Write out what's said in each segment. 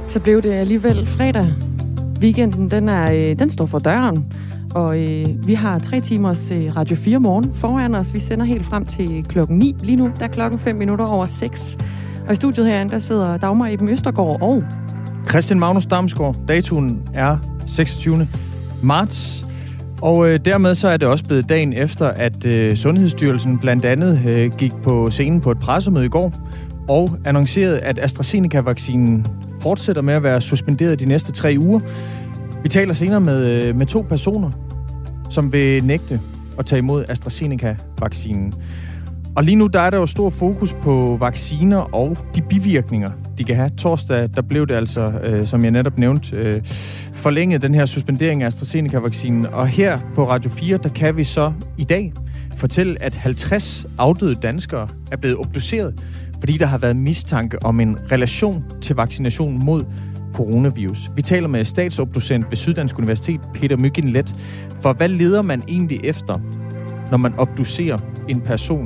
Så blev det alligevel fredag. Weekenden, den står for døren. Og vi har 3 timers Radio 4 morgen foran os. Vi sender helt frem til klokken 9 lige nu. Der er klokken 5:05. Og i studiet herinde, der sidder Dagmar Eben Østergaard og Christian Magnus Damsgaard. Datoen er 26. marts. Og dermed så er det også blevet dagen efter, at Sundhedsstyrelsen blandt andet gik på scenen på et pressemøde i går og annoncerede, at AstraZeneca-vaccinen fortsætter med at være suspenderet de næste 3 uger. Vi taler senere med 2 personer, som vil nægte at tage imod AstraZeneca-vaccinen. Og lige nu der er der jo stor fokus på vacciner og de bivirkninger, de kan have. Torsdag, der blev det altså, som jeg netop nævnte, forlænget den her suspendering af AstraZeneca-vaccinen. Og her på Radio 4, der kan vi så i dag fortælle, at 50 afdøde danskere er blevet obduceret, fordi der har været mistanke om en relation til vaccination mod coronavirus. Vi taler med statsobducent ved Syddansk Universitet, Peter Myggen-Leth. For hvad leder man egentlig efter, når man obducerer en person,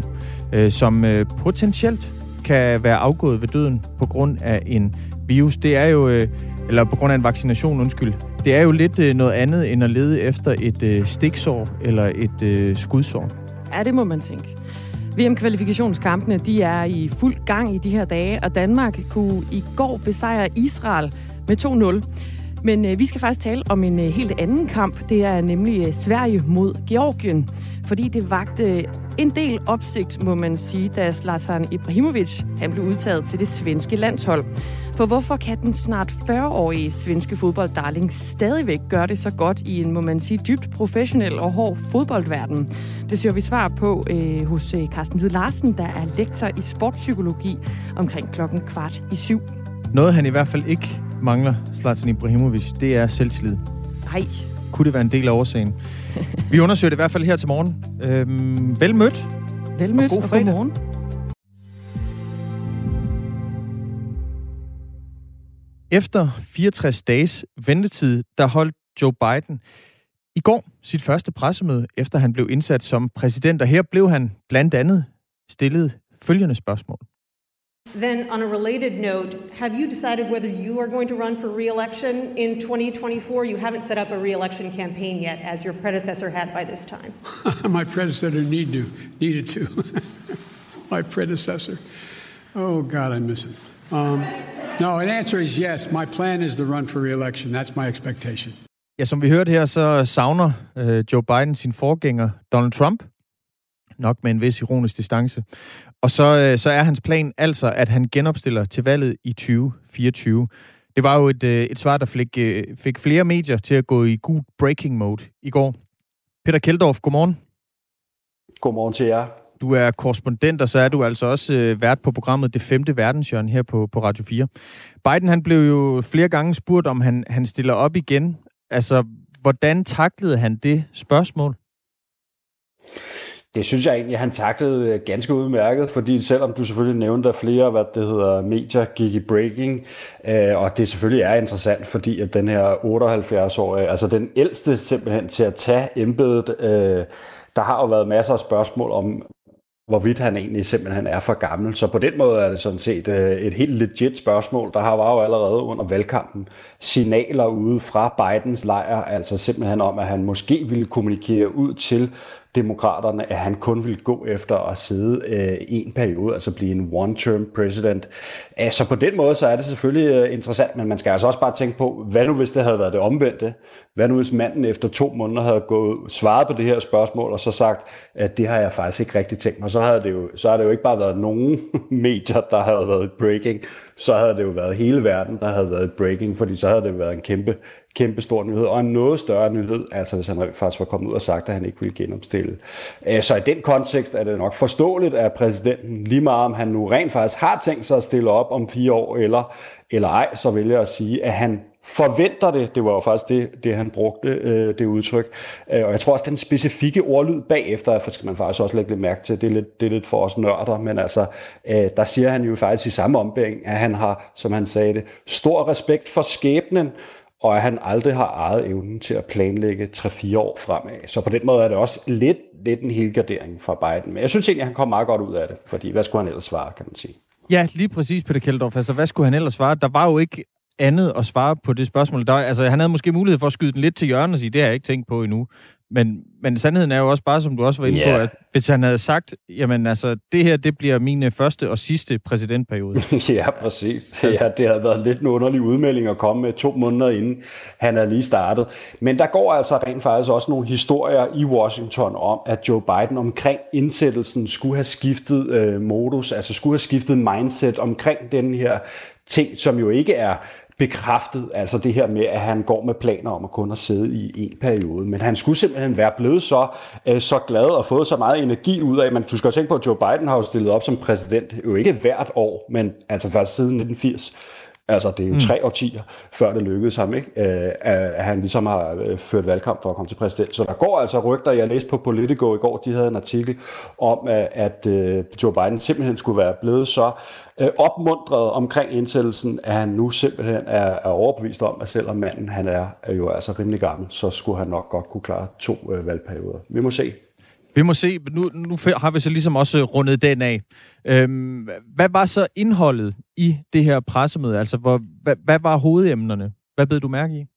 som potentielt kan være afgået ved døden på grund af en virus? Det er jo, eller på grund af en vaccination, undskyld. Det er jo lidt noget andet end at lede efter et stiksår eller et skudsår. Ja, det må man tænke. VM-kvalifikationskampene, de er i fuld gang i de her dage, og Danmark kunne i går besejre Israel med 2-0. Men vi skal faktisk tale om en helt anden kamp. Det er nemlig Sverige mod Georgien. Fordi det vagte en del opsigt, må man sige, da Zlatan Ibrahimovic han blev udtaget til det svenske landshold. For hvorfor kan den snart 40-årige svenske fodbolddarling stadigvæk gøre det så godt i en, må man sige, dybt professionel og hård fodboldverden? Det søger vi svar på hos Carsten Hvid Larsen, der er lektor i sportspsykologi omkring 6:15. Noget han i hvert fald ikke mangler, Zlatan Ibrahimovic, det er selvtillid. Nej. Kunne det være en del af årsagen? Vi undersøger det i hvert fald her til morgen. Vel mødt. Vel mødt og god morgen. Efter 64 dages ventetid, der holdt Joe Biden i går sit første pressemøde, efter han blev indsat som præsident. Og her blev han blandt andet stillet følgende spørgsmål. Then, on a related note, have you decided whether you are going to run for re-election in 2024? You haven't set up a re-election campaign yet, as your predecessor had by this time. My predecessor needed to. My predecessor. Oh, God, I miss him. No, an answer is yes. My plan is to run for re-election. That's my expectation. Ja, som vi hørte her, så savner Joe Biden sin forgænger Donald Trump. Nok med en vis ironisk distance. Og så er hans plan altså, at han genopstiller til valget i 2024. Det var jo et svar, der fik flere medier til at gå i gul breaking mode i går. Peter Keldorf, godmorgen. Godmorgen til jer. Du er korrespondent, og så er du altså også vært på programmet Det 5. Verdenshjørne her på Radio 4. Biden, han blev jo flere gange spurgt, om han stiller op igen. Altså, hvordan taklede han det spørgsmål? Det synes jeg egentlig, han taklede ganske udmærket, fordi selvom du selvfølgelig nævnte, at flere medier gik i breaking, og det selvfølgelig er interessant, fordi at den her 78-årige, altså den ældste simpelthen til at tage embedet, der har jo været masser af spørgsmål om, hvorvidt han egentlig simpelthen er for gammel. Så på den måde er det sådan set et helt legit spørgsmål. Der var jo allerede under valgkampen signaler ude fra Bidens lejr, altså simpelthen om, at han måske ville kommunikere ud til demokraterne, at han kun ville gå efter at sidde en periode, altså blive en one-term president. Så på den måde, så er det selvfølgelig interessant, men man skal altså også bare tænke på, hvad nu hvis det havde været det omvendte? Hvad nu hvis manden efter 2 måneder havde svaret på det her spørgsmål, og så sagt, at det har jeg faktisk ikke rigtig tænkt mig, så har det jo ikke bare været nogen medier, der havde været breaking, så havde det jo været hele verden, der havde været breaking, fordi så havde det været en kæmpe stor nyhed, og en noget større nyhed, altså hvis han faktisk var kommet ud og sagt, at han ikke ville genopstille. Så i den kontekst er det nok forståeligt, at præsidenten, lige meget om han nu rent faktisk har tænkt sig at stille op om 4 år, eller ej, så vælger at sige, at han forventer det. Det var jo faktisk det han brugte, det udtryk. Og jeg tror også, den specifikke ordlyd bagefter, for skal man faktisk også lægge lidt mærke til, det er lidt for os nørder, men altså, der siger han jo faktisk i samme ombæring, at han har, som han sagde det, stor respekt for skæbnen, og at han aldrig har ejet evnen til at planlægge 3-4 år fremad. Så på den måde er det også lidt en helgardering fra Biden. Men jeg synes egentlig, at han kom meget godt ud af det, fordi hvad skulle han ellers svare, kan man sige. Ja, lige præcis, Peter Keldorf. Altså, hvad skulle han ellers svare? Der var jo ikke andet at svare på det spørgsmål. Han havde måske mulighed for at skyde den lidt til hjørnet og sige, det har jeg ikke tænkt på endnu. Men sandheden er jo også bare, som du også var inde på, at hvis han havde sagt, jamen altså, det her, det bliver min første og sidste præsidentperiode. Ja, præcis. Ja, det havde været lidt en underlig udmelding at komme med 2 måneder inden han er lige startet. Men der går altså rent faktisk også nogle historier i Washington om, at Joe Biden omkring indsættelsen skulle have skiftet modus, altså skulle have skiftet mindset omkring den her ting, som jo ikke er bekræftet, altså det her med, at han går med planer om at kun at sidde i en periode. Men han skulle simpelthen være blevet så glad og fået så meget energi ud af, men du skal jo tænke på, at Joe Biden har jo stillet op som præsident, jo ikke hvert år, men altså først siden 1980. Altså, det er jo 3 årtier, før det lykkedes ham, ikke? At han ligesom har ført valgkamp for at komme til præsident. Så der går altså rygter. Jeg læste på Politico i går, de havde en artikel om, at Joe Biden simpelthen skulle være blevet så opmuntret omkring indsættelsen, at han nu simpelthen er overbevist om, at selvom manden han er jo altså rimelig gammel, så skulle han nok godt kunne klare 2 valgperioder. Vi må se. Vi må se. Nu har vi så ligesom også rundet den af. Hvad var så indholdet i det her pressemøde? Altså, hvad var hovedemnerne? Hvad bed du mærke i?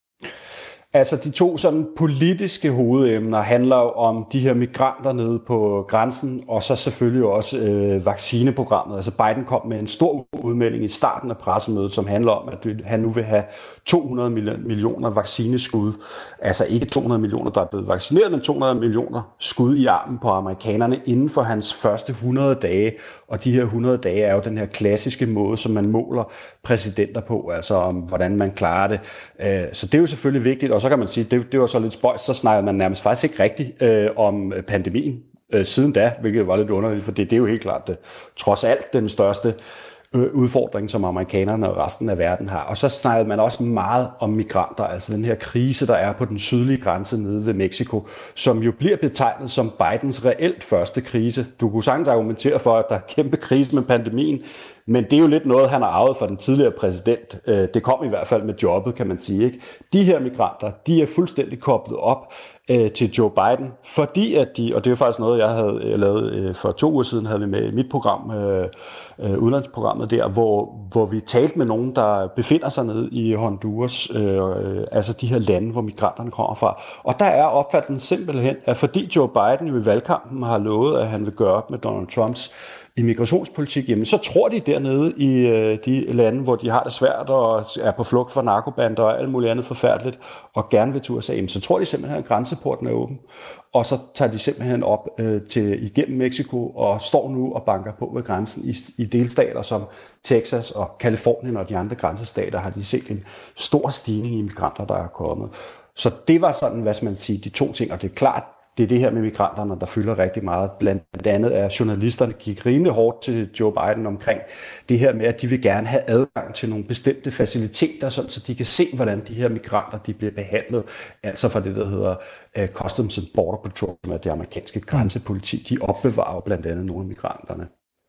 Altså, de 2 sådan politiske hovedemner handler jo om de her migranter nede på grænsen, og så selvfølgelig også vaccineprogrammet. Altså, Biden kom med en stor udmelding i starten af pressemødet, som handler om, at han nu vil have 200 millioner vaccineskud. Altså ikke 200 millioner, der er blevet vaccineret, men 200 millioner skud i armen på amerikanerne inden for hans første 100 dage. Og de her 100 dage er jo den her klassiske måde, som man måler præsidenter på, altså om hvordan man klarer det. Så det er jo selvfølgelig vigtigt. Og så kan man sige, det var så lidt spøjs, så snakker man nærmest faktisk ikke rigtigt om pandemien siden da, hvilket var lidt underligt, for det er jo helt klart det, trods alt den største udfordring, som amerikanerne og resten af verden har. Og så snakkede man også meget om migranter, altså den her krise, der er på den sydlige grænse nede ved Mexico, som jo bliver betegnet som Bidens reelt første krise. Du kunne sagtens argumentere for, at der er kæmpe krise med pandemien, men det er jo lidt noget, han har arvet fra den tidligere præsident. Det kom i hvert fald med jobbet, kan man sige, ikke? De her migranter, de er fuldstændig koblet op til Joe Biden, fordi at og det er jo faktisk noget, jeg havde lavet for 2 uger siden, havde vi med i mit program, udlandsprogrammet der, hvor vi talte med nogen, der befinder sig nede i Honduras, altså de her lande, hvor migranterne kommer fra. Og der er opfattelsen simpelthen, at fordi Joe Biden jo i valgkampen har lovet, at han vil gøre op med Donald Trumps immigrationspolitik, jamen, så tror de dernede i de lande, hvor de har det svært og er på flugt fra narkobander og alt muligt andet forfærdeligt, og gerne vil til USA, jamen, så tror de simpelthen, at grænseporten er åben. Og så tager de simpelthen op igennem Mexico og står nu og banker på ved grænsen i delstater som Texas og Californien og de andre grænsestater har de set en stor stigning i migranter, der er kommet. Så det var sådan, hvad skal man sige, de 2 ting, og det er klart, det er det her med migranterne, der fylder rigtig meget. Blandt andet er journalisterne gik rimelig hårdt til Joe Biden omkring det her med, at de vil gerne have adgang til nogle bestemte faciliteter, så de kan se, hvordan de her migranter de bliver behandlet. Altså for det, der hedder Customs and Border Patrol, som er det amerikanske grænsepoliti. De opbevarer blandt andet nogle af migranterne.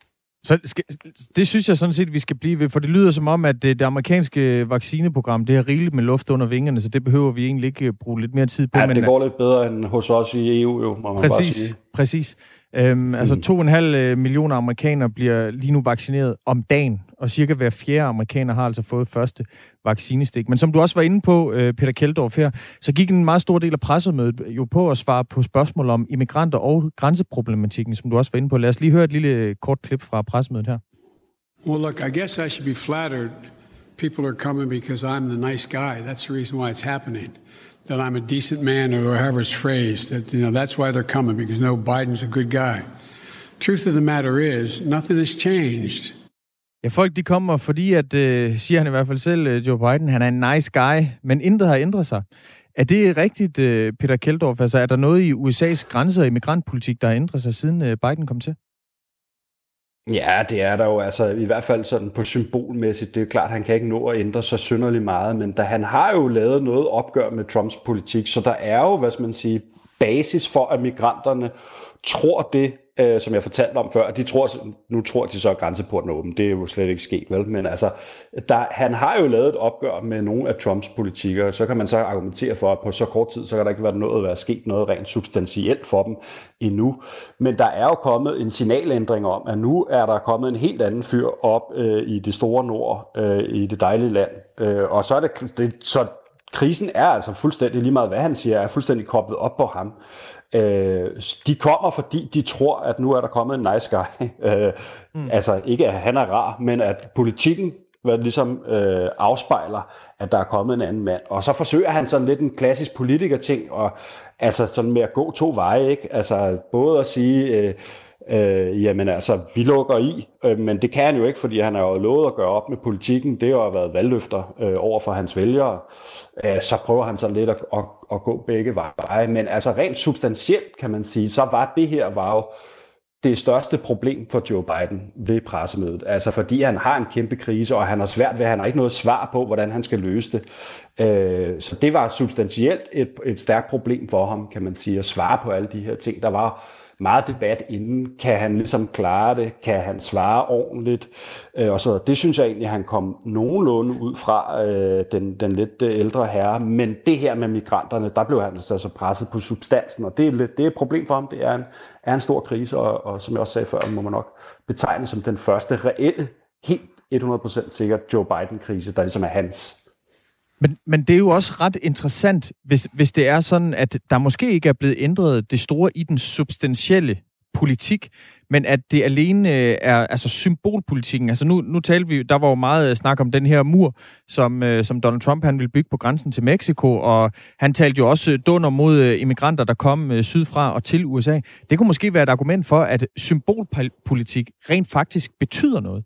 Så det synes jeg sådan set, vi skal blive ved, for det lyder som om, at det amerikanske vaccineprogram, det har rigeligt med luft under vingerne, så det behøver vi egentlig ikke bruge lidt mere tid på. Ja, men det går lidt bedre end hos os i EU, jo, må man bare sige. Præcis. Altså 2,5 millioner amerikanere bliver lige nu vaccineret om dagen, og cirka hver 4. amerikaner har altså fået første vaccinestik. Men som du også var inde på, Peter Keldorf her, så gik en meget stor del af pressemødet jo på at svare på spørgsmål om immigranter og grænseproblematikken, som du også var inde på. Lad os lige høre et lille kort klip fra pressemødet her. Well, look, I guess I should be flattered. People are coming because I'm the nice guy. That's the reason why it's happening. That I'm a decent man, or however it's phrased. That, that's why they're coming, because Biden's a good guy. Truth of the matter is, nothing has changed. Ja, folk de kommer, fordi at, siger han i hvert fald selv, Joe Biden, han er en nice guy, men intet har ændret sig. Er det rigtigt, Peter Keldorf? Altså, er der noget i USA's grænse- og immigrantpolitik, der har ændret sig, siden Biden kom til? Ja, det er der jo, altså i hvert fald sådan på symbolmæssigt. Det er jo klart, at han kan ikke nå at ændre sig synderligt meget, men han har jo lavet noget opgør med Trumps politik, så der er jo, hvad skal man sige, basis for, at migranterne tror det, som jeg fortalte om før. Nu tror de så, at grænseporten er åben. Det er jo slet ikke sket, vel? Men altså, han har jo lavet et opgør med nogle af Trumps politikere. Så kan man så argumentere for, at på så kort tid, så kan der ikke være sket noget rent substantielt for dem endnu. Men der er jo kommet en signalændring om, at nu er der kommet en helt anden fyr op i det store nord, i det dejlige land. Og så er så krisen er altså fuldstændig, lige meget hvad han siger, er fuldstændig koblet op på ham. De kommer, fordi de tror, at nu er der kommet en nice guy. Altså ikke, at han er rar, men at politikken ligesom afspejler, at der er kommet en anden mand. Og så forsøger han sådan lidt en klassisk politiker-ting, og altså sådan med at gå to veje, ikke? Altså både at sige... jamen altså, vi lukker i, men det kan han jo ikke, fordi han har jo lovet at gøre op med politikken. Det har jo været valgløfter over for hans vælgere. Så prøver han sådan lidt at gå begge veje. Men altså rent substantielt, kan man sige, så var det her jo det største problem for Joe Biden ved pressemødet. Altså fordi han har en kæmpe krise, og han har svært ved, han har ikke noget svar på, hvordan han skal løse det. Så det var substantielt et stærkt problem for ham, kan man sige, at svare på alle de her ting. Der var meget debat inden. Kan han ligesom klare det? Kan han svare ordentligt? Og så det synes jeg egentlig, han kom nogenlunde ud fra den lidt ældre herre. Men det her med migranterne, der blev han så presset på substansen, og det er et problem for ham. Det er en stor krise, og som jeg også sagde før, må man nok betegne som den første reelle, helt 100% sikkert Joe Biden-krise, der ligesom er hans. Men det er jo også ret interessant, hvis det er sådan, at der måske ikke er blevet ændret det store i den substantielle politik, men at det alene er altså symbolpolitikken. Altså nu talte vi, der var jo meget snak om den her mur, som Donald Trump han ville bygge på grænsen til Mexico, og han talte jo også dunder mod immigranter, der kom sydfra og til USA. Det kunne måske være et argument for, at symbolpolitik rent faktisk betyder noget.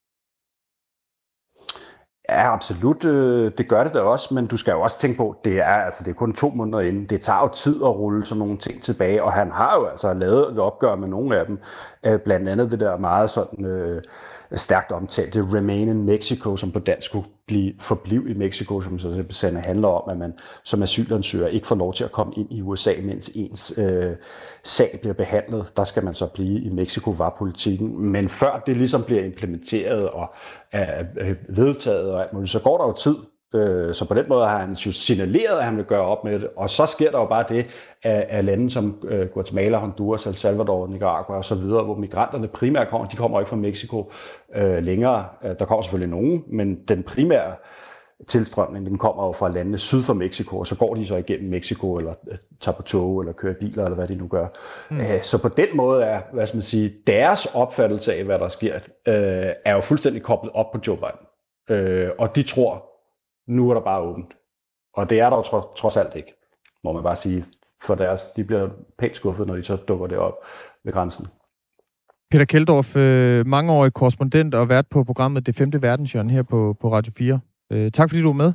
Ja, absolut. Det gør det da også, men du skal jo også tænke på, at det er kun 2 måneder inden. Det tager jo tid at rulle sådan nogle ting tilbage, og han har jo altså lavet et opgør med nogle af dem. Blandt andet det der meget sådan stærkt omtalte Remain in Mexico, som på dansk kunne forblive i Mexico, som så simpelthen handler om, at man som asylansøger ikke får lov til at komme ind i USA, mens ens sag bliver behandlet. Der skal man så blive i Mexico, var politikken. Men før det ligesom bliver implementeret og vedtaget og alt muligt, så går der jo tid. Så på den måde har han jo signaleret, at han vil gøre op med det. Og så sker der jo bare det af lande som Guatemala, Honduras, El Salvador, Nicaragua og så videre, hvor migranterne primært kommer. De kommer ikke fra Mexico længere. Der kommer selvfølgelig nogen, men den primære tilstrømning, den kommer jo fra landene syd for Mexico, og så går de så igennem Mexico, eller tager på tog, eller kører biler, eller hvad de nu gør. Så på den måde er, hvad skal man sige, deres opfattelse af, hvad der sker, er jo fuldstændig koblet op på Joe Biden. Og de tror, nu er der bare åbent. Og det er der jo trods alt ikke, må man bare sige. For de bliver pænt skuffet, når de så dukker det op ved grænsen. Peter Keldorf, mangeårig korrespondent og vært på programmet Det 5. Verdenshjørne her på Radio 4. Tak fordi du var med.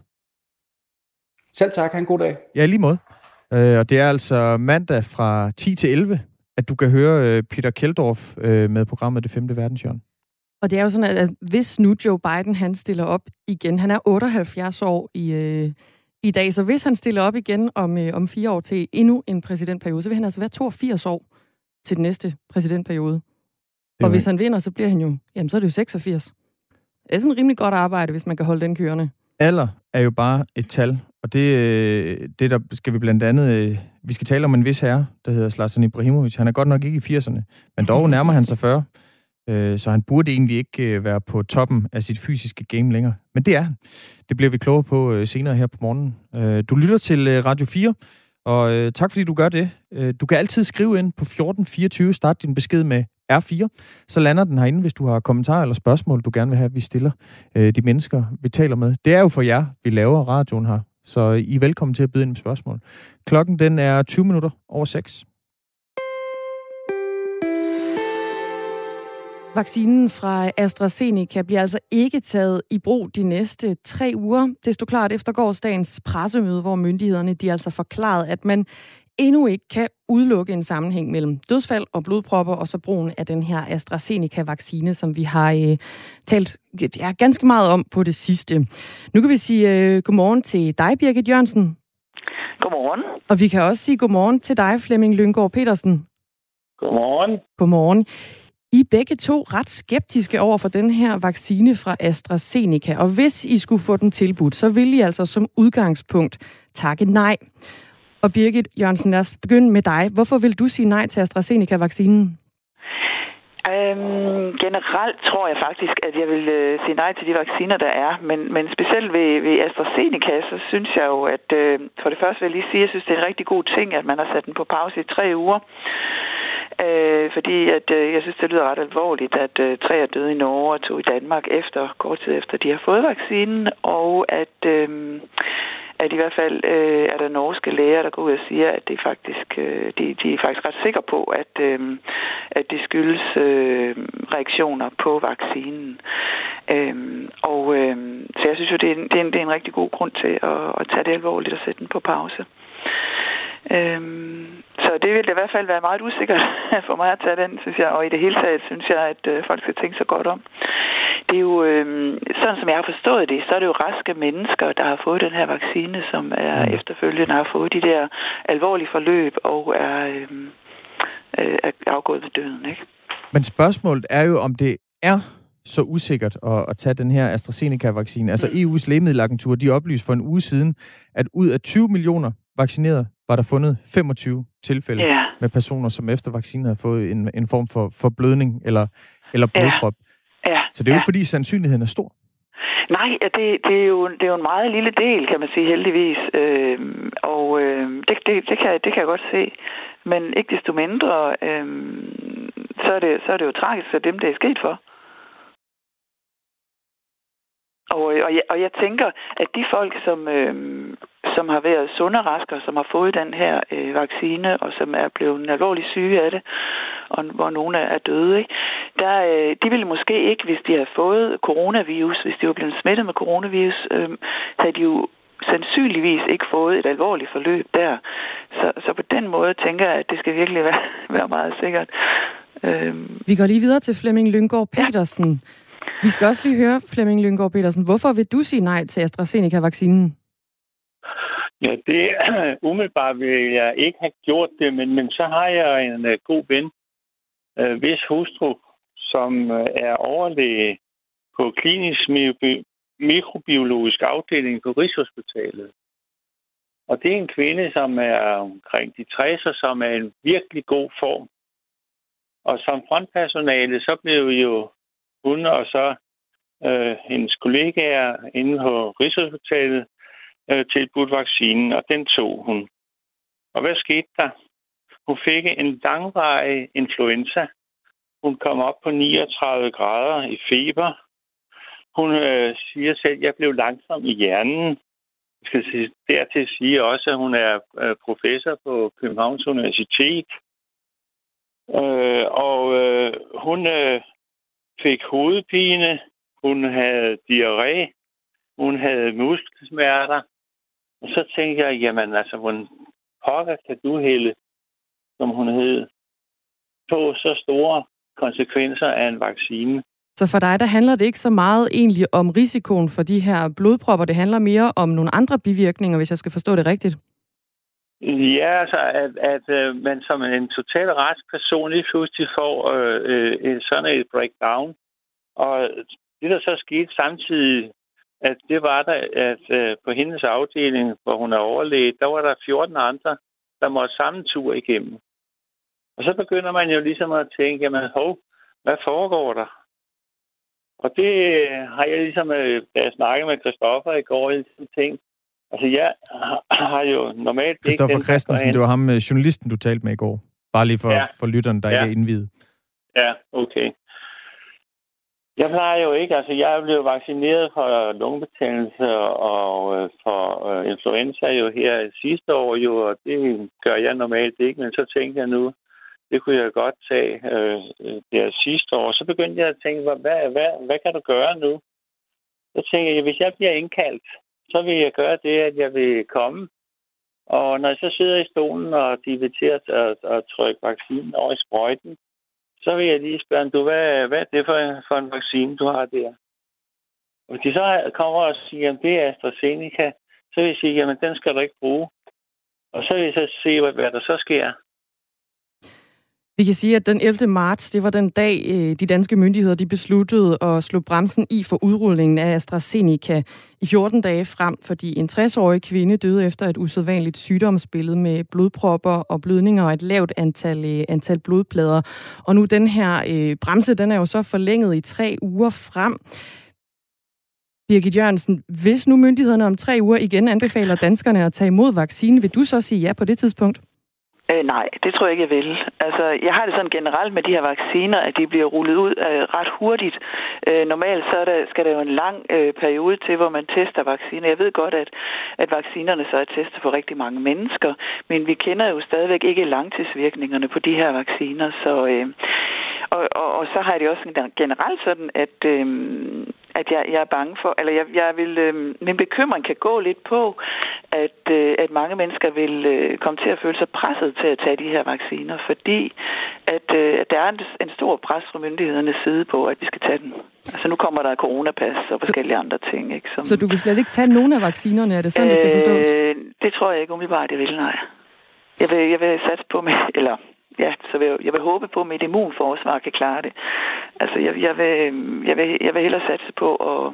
Selv tak. Ha' en god dag. Ja, i lige måde. Og det er altså mandag fra 10 til 11, at du kan høre Peter Keldorf med programmet Det 5. Verdenshjørne. Og det er jo sådan, at hvis nu Joe Biden han stiller op igen, han er 78 år i dag, så hvis han stiller op igen om 4 år til endnu en præsidentperiode, så vil han altså være 82 år til den næste præsidentperiode. Og hvis han vinder, så bliver han jo, jamen så er det jo 86. Det er sådan rimelig godt arbejde, hvis man kan holde den kørende. Alder er jo bare et tal, og det der skal vi blandt andet, vi skal tale om en vis herre, der hedder Zlatan Ibrahimovic. Han er godt nok ikke i 80'erne, men dog nærmer han sig 40. Så han burde egentlig ikke være på toppen af sit fysiske game længere. Men det er han. Det bliver vi klogere på senere her på morgenen. Du lytter til Radio 4, og tak fordi du gør det. Du kan altid skrive ind på 1424, start din besked med R4, så lander den herinde, hvis du har kommentarer eller spørgsmål, du gerne vil have, at vi stiller de mennesker, vi taler med. Det er jo for jer, vi laver radioen her, så I er velkommen til at byde ind med spørgsmål. Klokken den er 20 minutter over 6. Vaccinen fra AstraZeneca bliver altså ikke taget i brug de næste 3 uger. Det stod klart efter gårsdagens pressemøde, hvor myndighederne de altså forklarede, at man endnu ikke kan udelukke en sammenhæng mellem dødsfald og blodpropper, og så brugen af den her AstraZeneca-vaccine, som vi har talt ganske meget om på det sidste. Nu kan vi sige godmorgen til dig, Birgit Jørgensen. Godmorgen. Og vi kan også sige godmorgen til dig, Flemming Lynggaard Petersen. Godmorgen. Godmorgen. I er begge to ret skeptiske over for den her vaccine fra AstraZeneca, og hvis I skulle få den tilbudt, så vil I altså som udgangspunkt takke nej. Og Birgit Jørgensen, lad os begynde med dig. Hvorfor vil du sige nej til AstraZeneca-vaccinen? Generelt tror jeg faktisk, at jeg vil sige nej til de vacciner, der er. Men specielt ved AstraZeneca, så synes jeg jo, at for det første vil jeg lige sige, at jeg synes, det er en rigtig god ting, at man har sat den på pause i 3 uger. Fordi at jeg synes, det lyder ret alvorligt, at 3 er døde i Norge og 2 i Danmark kort tid efter, de har fået vaccinen, og at i hvert fald er der norske læger, der går ud og siger, at det faktisk, de er faktisk ret sikre på, at det skyldes reaktioner på vaccinen. Så jeg synes jo, det er en rigtig god grund til at tage det alvorligt og sætte den på pause. Så det vil i hvert fald være meget usikkert for mig at tage den, synes jeg. Og i det hele taget synes jeg, at folk skal tænke sig godt om. Det er jo, sådan som jeg har forstået det, så er det jo raske mennesker, der har fået den her vaccine, som er efterfølgende har fået de der alvorlige forløb og er afgået ved døden, ikke? Men spørgsmålet er jo, om det er så usikkert at tage den her AstraZeneca-vaccine. Altså EU's lægemiddelagentur, de oplyste for en uge siden, at ud af 20 millioner vaccineret, var der fundet 25 tilfælde med personer, som efter vaccinen havde fået en form for blødning eller blodprop. Ja. Så det er jo ikke, fordi sandsynligheden er stor. Nej, det er jo en meget lille del, kan man sige, heldigvis. Det kan jeg godt se. Men ikke desto mindre, så er det jo tragisk for dem, det er sket for. Og jeg tænker, at de folk, som har været sunde og raske, som har fået den her vaccine, og som er blevet alvorligt syge af det, og hvor nogle er døde, ikke? De ville måske ikke, hvis de havde fået coronavirus, hvis de var blevet smittet med coronavirus, havde de jo sandsynligvis ikke fået et alvorligt forløb der. Så på den måde tænker jeg, at det skal virkelig være meget sikkert. Vi går lige videre til Flemming Lynggaard Petersen. Ja. Vi skal også lige høre, Flemming Lynggaard Petersen, hvorfor vil du sige nej til AstraZeneca-vaccinen? Ja, det umiddelbart vil jeg ikke have gjort det, men så har jeg en god ven, hvis hustru, som er overlæge på klinisk mikrobiologisk afdeling på Rigshospitalet. Og det er en kvinde, som er omkring de 60'er, som er en virkelig god form. Og som frontpersonale, så blev jo hun og så hendes kollegaer inde på Rigshospitalet tilbudt vaccinen, og den tog hun. Og hvad skete der? Hun fik en langvarig influenza. Hun kom op på 39 grader i feber. Hun siger selv, at jeg blev langsom i hjernen. Jeg skal dertil sige også, at hun er professor på Københavns Universitet. Hun fik hovedpine, hun havde diarré, hun havde muskelsmerter. Og så tænkte jeg, jamen altså, hvordan pokker kan du hælde, som hun hed, på så store konsekvenser af en vaccine? Så for dig, der handler det ikke så meget egentlig om risikoen for de her blodpropper. Det handler mere om nogle andre bivirkninger, hvis jeg skal forstå det rigtigt. Ja, altså, at man som en total rask person lige pludselig får sådan et breakdown. Og det, der så skete samtidig, at det var der, at på hendes afdeling, hvor hun er overlæge, der var der 14 andre, der måtte samme tur igennem. Og så begynder man jo ligesom at tænke, jamen, hvad foregår der? Og det har jeg ligesom, da jeg snakkede med Christoffer i går, tænkt. Altså, jeg har jo normalt ikke... Christoffer Christensen, det var ham, journalisten, du talte med i går. Bare lige for lytterne, der ikke er indviet. Ja, okay. Jeg plejer jo ikke, altså jeg er blevet vaccineret for lungebetændelse og for influenza jo her sidste år jo, og det gør jeg normalt ikke, men så tænkte jeg nu, det kunne jeg godt tage der sidste år. Så begyndte jeg at tænke, hvad kan du gøre nu? Så tænkte jeg, hvis jeg bliver indkaldt, så vil jeg gøre det, at jeg vil komme. Og når jeg så sidder i stolen, og de vil til at trykke vaccinen over i sprøjten, så vil jeg lige spørge du, hvad er det for en vaccine, du har der? Og de så kommer og siger, at det er AstraZeneca, så vil jeg sige, jamen den skal du ikke bruge. Og så vil jeg så se, hvad der så sker. Vi kan sige, at den 11. marts, det var den dag, de danske myndigheder de besluttede at slå bremsen i for udrulningen af AstraZeneca i 14 dage frem, fordi en 60-årig kvinde døde efter et usædvanligt sygdomsbillede med blodpropper og blødninger og et lavt antal blodplader. Og nu den her bremse, den er jo så forlænget i 3 uger frem. Birgit Jørgensen, hvis nu myndighederne om 3 uger igen anbefaler danskerne at tage imod vaccinen, vil du så sige ja på det tidspunkt? Nej, det tror jeg ikke, jeg vil. Altså, jeg har det sådan generelt med de her vacciner, at de bliver rullet ud ret hurtigt. Normalt skal der jo en lang periode til, hvor man tester vacciner. Jeg ved godt, at vaccinerne så er testet på rigtig mange mennesker, men vi kender jo stadigvæk ikke langtidsvirkningerne på de her vacciner. Så, og så har jeg det også generelt sådan, at jeg er bange for, eller jeg vil, min bekymring kan gå lidt på, at mange mennesker vil komme til at føle sig presset til at tage de her vacciner, fordi at der er en stor pres fra myndighedernes side på, at vi skal tage den. Altså nu kommer der coronapas og forskellige andre ting. Ikke, så du vil slet ikke tage nogen af vaccinerne? Er det sådan, det skal forstås? Det tror jeg ikke umiddelbart, jeg vil, nej. Jeg vil satse på jeg vil håbe på, at mit immunforsvar kan klare det. Altså, jeg vil hellere satse på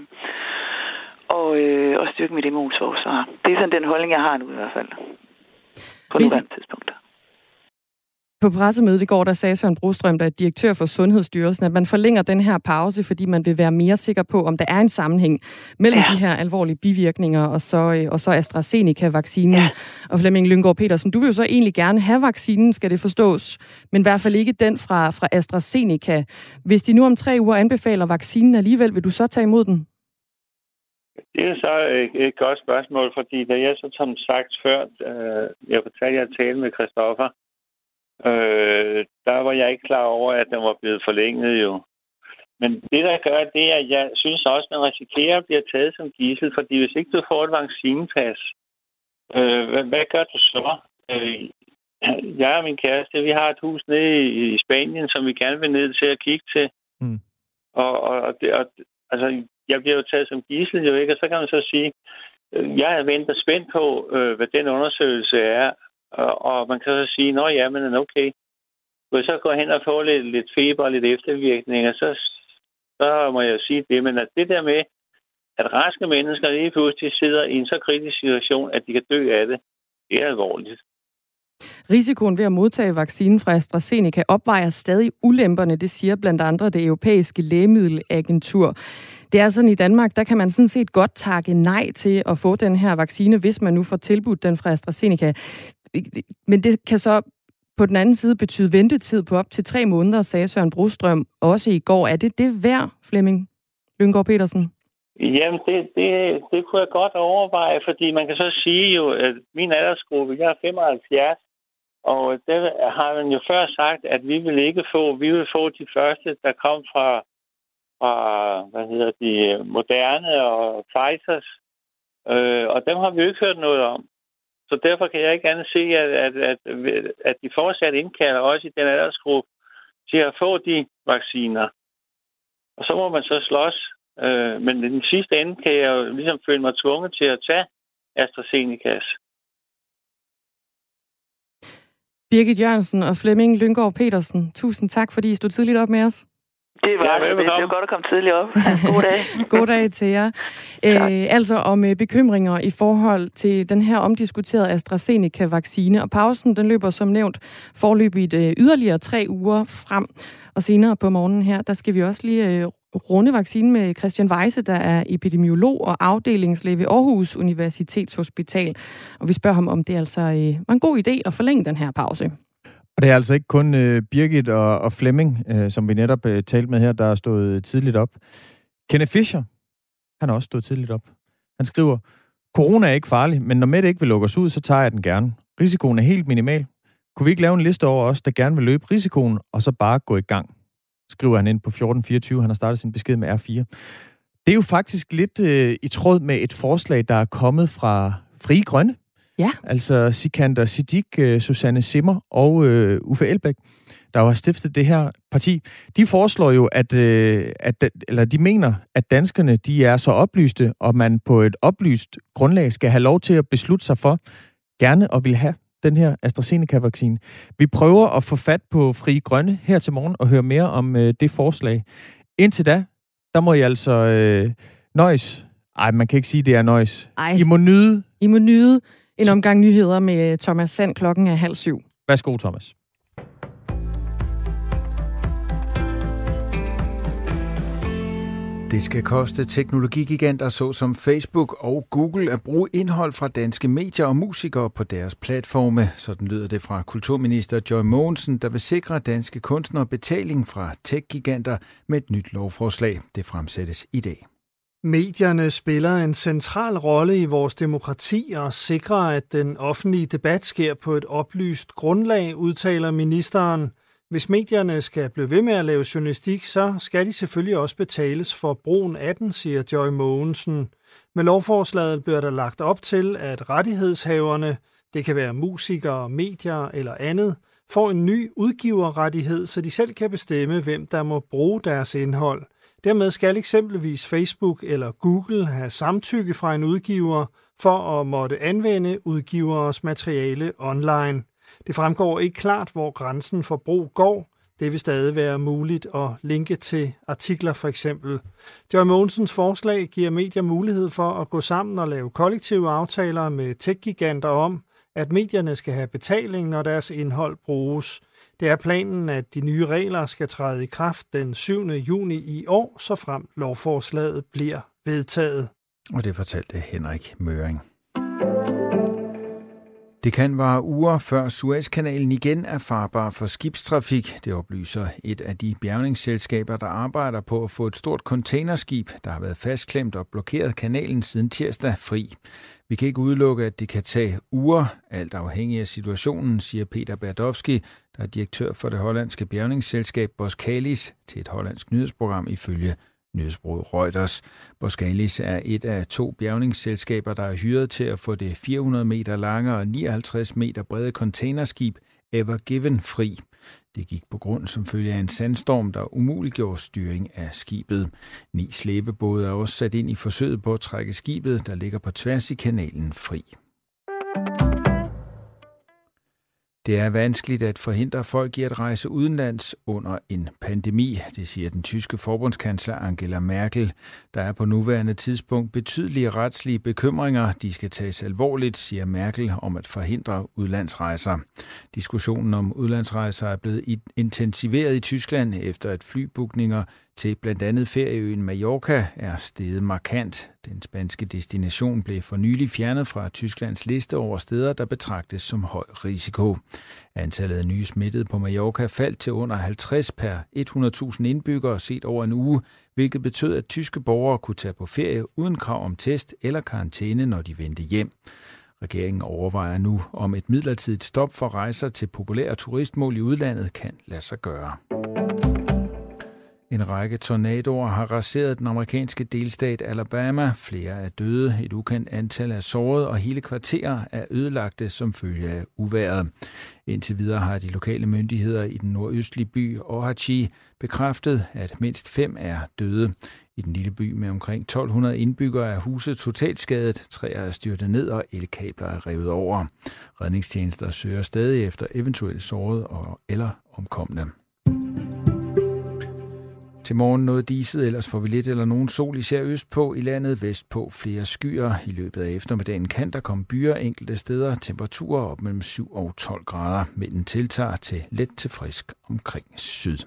at styrke mit immunforsvar. Det er sådan den holdning, jeg har nu i hvert fald. På nuværende tidspunkt. På pressemødet i går, der sagde Søren Brostrøm, der er direktør for Sundhedsstyrelsen, at man forlænger den her pause, fordi man vil være mere sikker på, om der er en sammenhæng mellem de her alvorlige bivirkninger og så AstraZeneca-vaccinen. Ja. Og Flemming Lynggaard Petersen, du vil jo så egentlig gerne have vaccinen, skal det forstås, men i hvert fald ikke den fra AstraZeneca. Hvis de nu om 3 uger anbefaler vaccinen alligevel, vil du så tage imod den? Det er så et godt spørgsmål, fordi da jeg så som sagt før, jeg fortalte jer at tale med Christoffer, der var jeg ikke klar over, at den var blevet forlænget jo. Men det, der gør, det er, at jeg synes også, at man risikerer at blive taget som gidsel, fordi hvis ikke du får et vaccinepas, hvad gør du så? Jeg og min kæreste, vi har et hus nede i Spanien, som vi gerne vil ned til at kigge til. Mm. Altså, jeg bliver jo taget som gidsel jo ikke, og så kan man så sige, jeg er ventet spændt på, hvad den undersøgelse er, og man kan så sige, nå ja, men okay. Hvis jeg så går hen og får lidt feber og lidt eftervirkninger, så må jeg sige det. Men at det der med, at raske mennesker lige pludselig sidder i en så kritisk situation, at de kan dø af det, det er alvorligt. Risikoen ved at modtage vaccinen fra AstraZeneca opvejer stadig ulemperne, det siger blandt andre det europæiske lægemiddelagentur. Det er sådan i Danmark, der kan man sådan set godt takke nej til at få den her vaccine, hvis man nu får tilbudt den fra AstraZeneca. Men det kan så på den anden side betyde ventetid på op til 3 måneder, sagde Søren Brostrøm også i går. Er det værd, Flemming Lynggaard Petersen? Jamen, det kunne jeg godt overveje, fordi man kan så sige jo, at min aldersgruppe, jeg er 75, og det har man jo før sagt, at vi vil få de første, der kom fra Moderne og Pfizers, og dem har vi jo ikke hørt noget om. Så derfor kan jeg ikke andet se, at de fortsat indkalder også i den aldersgruppe til at få de vacciner. Og så må man så slås. Men i den sidste ende kan jeg jo ligesom føle mig tvunget til at tage AstraZenecas. Birgit Jørgensen og Flemming Lynggaard Petersen, tusind tak, fordi I stod tidligt op med os. Det var godt at komme tidligt op. God dag. God dag til jer. Altså om bekymringer i forhold til den her omdiskuterede AstraZeneca-vaccine. Og pausen, den løber som nævnt forløbigt yderligere 3 uger frem. Og senere på morgenen her, der skal vi også lige runde vaccinen med Christian Weise, der er epidemiolog og afdelingslæge ved Aarhus Universitetshospital. Og vi spørger ham, om det altså var en god idé at forlænge den her pause. Og det er altså ikke kun Birgit og Flemming, som vi netop talte med her, der er stået tidligt op. Kenneth Fischer, han har også stået tidligt op. Han skriver, corona er ikke farlig, men når Mette ikke vil lukke os ud, så tager jeg den gerne. Risikoen er helt minimal. Kunne vi ikke lave en liste over os, der gerne vil løbe risikoen, og så bare gå i gang? Skriver han ind på 1424. Han har startet sin besked med R4. Det er jo faktisk lidt i tråd med et forslag, der er kommet fra Frie Grønne. Ja. Altså Sikander Siddique, Susanne Zimmer og Uffe Elbæk, der har stiftet det her parti. De foreslår jo, eller de mener, at danskerne de er så oplyste, og man på et oplyst grundlag skal have lov til at beslutte sig for gerne og vil have den her AstraZeneca-vaccine. Vi prøver at få fat på Frie Grønne her til morgen og høre mere om det forslag. Indtil da, der må I altså nøjes. Ej, man kan ikke sige, det er nøjes. I må nyde. I må nyde en omgang nyheder med Thomas Sand klokken 6:30. Værsgo, Thomas. Det skal koste teknologigiganter såsom Facebook og Google at bruge indhold fra danske medier og musikere på deres platforme. Sådan lyder det fra kulturminister Joy Mogensen, der vil sikre danske kunstnere betaling fra tech-giganter med et nyt lovforslag. Det fremsættes i dag. Medierne spiller en central rolle i vores demokrati og sikrer, at den offentlige debat sker på et oplyst grundlag, udtaler ministeren. Hvis medierne skal blive ved med at lave journalistik, så skal de selvfølgelig også betales for brugen af den, siger Joy Mogensen. Med lovforslaget bliver der lagt op til, at rettighedshaverne, det kan være musikere, medier eller andet, får en ny udgiverrettighed, så de selv kan bestemme, hvem der må bruge deres indhold. Dermed skal eksempelvis Facebook eller Google have samtykke fra en udgiver for at måtte anvende udgiveres materiale online. Det fremgår ikke klart, hvor grænsen for brug går. Det vil stadig være muligt at linke til artikler for eksempel. Joy Mogensens forslag giver medier mulighed for at gå sammen og lave kollektive aftaler med tech-giganter om, at medierne skal have betaling, når deres indhold bruges. Det er planen, at de nye regler skal træde i kraft den 7. juni i år, så frem lovforslaget bliver vedtaget. Og det fortalte Henrik Møring. Det kan vare uger, før Suezkanalen igen er farbar for skibstrafik. Det oplyser et af de bjærgningsselskaber, der arbejder på at få et stort containerskib, der har været fastklemt og blokeret kanalen siden tirsdag, fri. Vi kan ikke udelukke, at det kan tage uger, alt afhængig af situationen, siger Peter Berdowski, der er direktør for det hollandske bjærgningsselskab Boskalis, til et hollandsk nyhedsprogram ifølge nyhedsbureauet Reuters. Boskalis er et af 2 bjærgningsselskaber, der er hyret til at få det 400 meter lange og 59 meter brede containerskib Ever Given fri. Det gik på grund som følge af en sandstorm, der umuliggjorde styring af skibet. 9 slæbebåde er også sat ind i forsøget på at trække skibet, der ligger på tværs i kanalen, fri. Det er vanskeligt at forhindre folk i at rejse udenlands under en pandemi, det siger den tyske forbundskansler Angela Merkel. Der er på nuværende tidspunkt betydelige retslige bekymringer. De skal tages alvorligt, siger Merkel, om at forhindre udlandsrejser. Diskussionen om udlandsrejser er blevet intensiveret i Tyskland, efter at flybookninger til blandt andet ferieøen Mallorca er steget markant. Den spanske destination blev for nylig fjernet fra Tysklands liste over steder, der betragtes som høj risiko. Antallet af nye smittede på Mallorca faldt til under 50 per 100.000 indbyggere set over en uge, hvilket betød, at tyske borgere kunne tage på ferie uden krav om test eller karantæne, når de vendte hjem. Regeringen overvejer nu, om et midlertidigt stop for rejser til populære turistmål i udlandet kan lade sig gøre. En række tornadoer har raseret den amerikanske delstat Alabama. Flere er døde, et ukendt antal er såret, og hele kvarterer er ødelagte som følge af uvejret. Indtil videre har de lokale myndigheder i den nordøstlige by Ohachi bekræftet, at mindst 5 er døde. I den lille by med omkring 1200 indbyggere er huset totalt skadet, træer er styrtet ned og elkabler er revet over. Redningstjenester søger stadig efter eventuelle sårede eller omkomne. Til morgen noget diset, ellers får vi lidt eller nogen sol især østpå i landet, vestpå flere skyer. I løbet af eftermiddagen kan der komme byer enkelte steder, temperaturer op mellem 7 og 12 grader. Vinden tiltager til let til frisk omkring syd.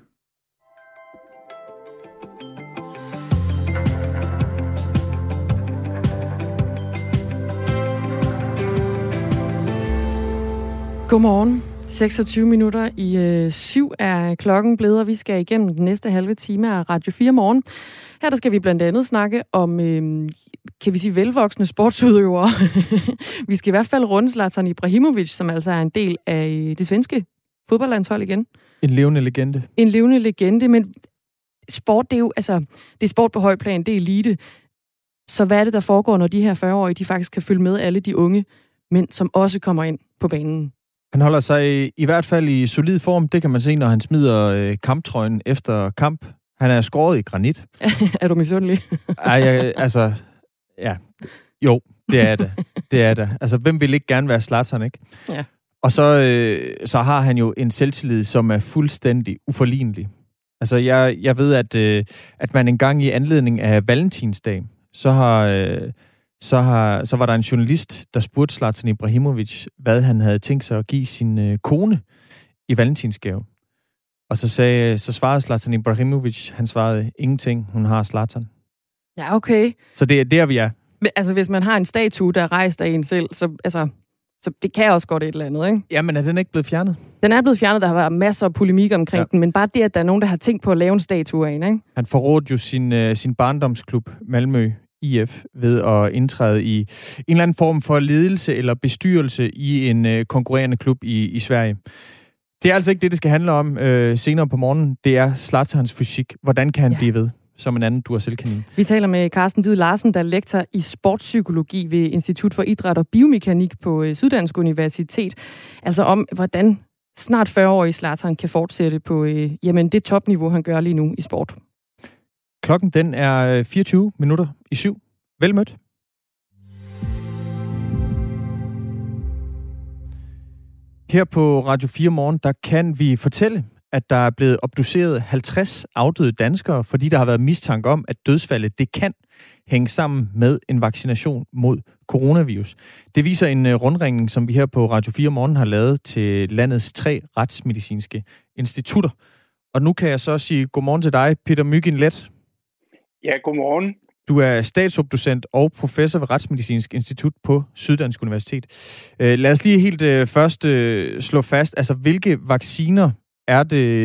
Godmorgen. 26 minutter i 7 er klokken blevet, og vi skal igennem den næste halve time af Radio 4 Morgen. Her der skal vi blandt andet snakke om, kan vi sige, velvoksne sportsudøvere. Vi skal i hvert fald runde Zlatan Ibrahimovic, som altså er en del af det svenske fodboldlandshold igen. En levende legende. En levende legende, men sport, det er jo, altså, det er sport på høj plan, det er elite. Så hvad er det, der foregår, når de her 40-årige, de faktisk kan følge med alle de unge mænd, som også kommer ind på banen? Han holder sig i hvert fald i solid form. Det kan man se, når han smider kamptrøjen efter kamp. Han er skåret i granit. Er du misundelig? Jo, det er det. Det er det. Altså, hvem vil ikke gerne være Zlatan, ikke? Ja. Og så har han jo en selvtillid, som er fuldstændig uforlignelig. Altså, jeg ved, at man engang i anledning af Valentinsdag, så var der en journalist, der spurgte Zlatan Ibrahimovic, hvad han havde tænkt sig at give sin kone i valentinsgave. Og så svarede Zlatan Ibrahimovic, han svarede ingenting, hun har Zlatan. Ja, okay. Så det er der, vi er. Altså, hvis man har en statue, der er rejst af en selv, så det kan også godt et eller andet, ikke? Jamen, er den ikke blevet fjernet? Den er blevet fjernet, der har været masser af polemik omkring den, men bare det, at der er nogen, der har tænkt på at lave en statue af en, ikke? Han forrådte jo sin barndomsklub, Malmø IF, ved at indtræde i en eller anden form for ledelse eller bestyrelse i en konkurrerende klub i Sverige. Det er altså ikke det skal handle om senere på morgenen. Det er Zlatans fysik. Hvordan kan han blive ved som en anden Duracell-kanin? Vi taler med Carsten Hvid Larsen, der er lektor i sportspsykologi ved Institut for Idræt og Biomekanik på Syddansk Universitet. Altså om, hvordan snart 40-årige Zlatan kan fortsætte på det topniveau, han gør lige nu i sport. Klokken den er 7:24. Vel mødt. Her på Radio 4 Morgen, der kan vi fortælle, at der er blevet obduceret 50 afdøde danskere, fordi der har været mistanke om, at dødsfaldet det kan hænge sammen med en vaccination mod coronavirus. Det viser en rundringning, som vi her på Radio 4 Morgen har lavet til landets 3 retsmedicinske institutter. Og nu kan jeg så sige godmorgen til dig, Peter Mygind-Let. Ja, godmorgen. Du er statsobducent og professor ved Retsmedicinsk Institut på Syddansk Universitet. Lad os lige helt først slå fast, altså hvilke vacciner er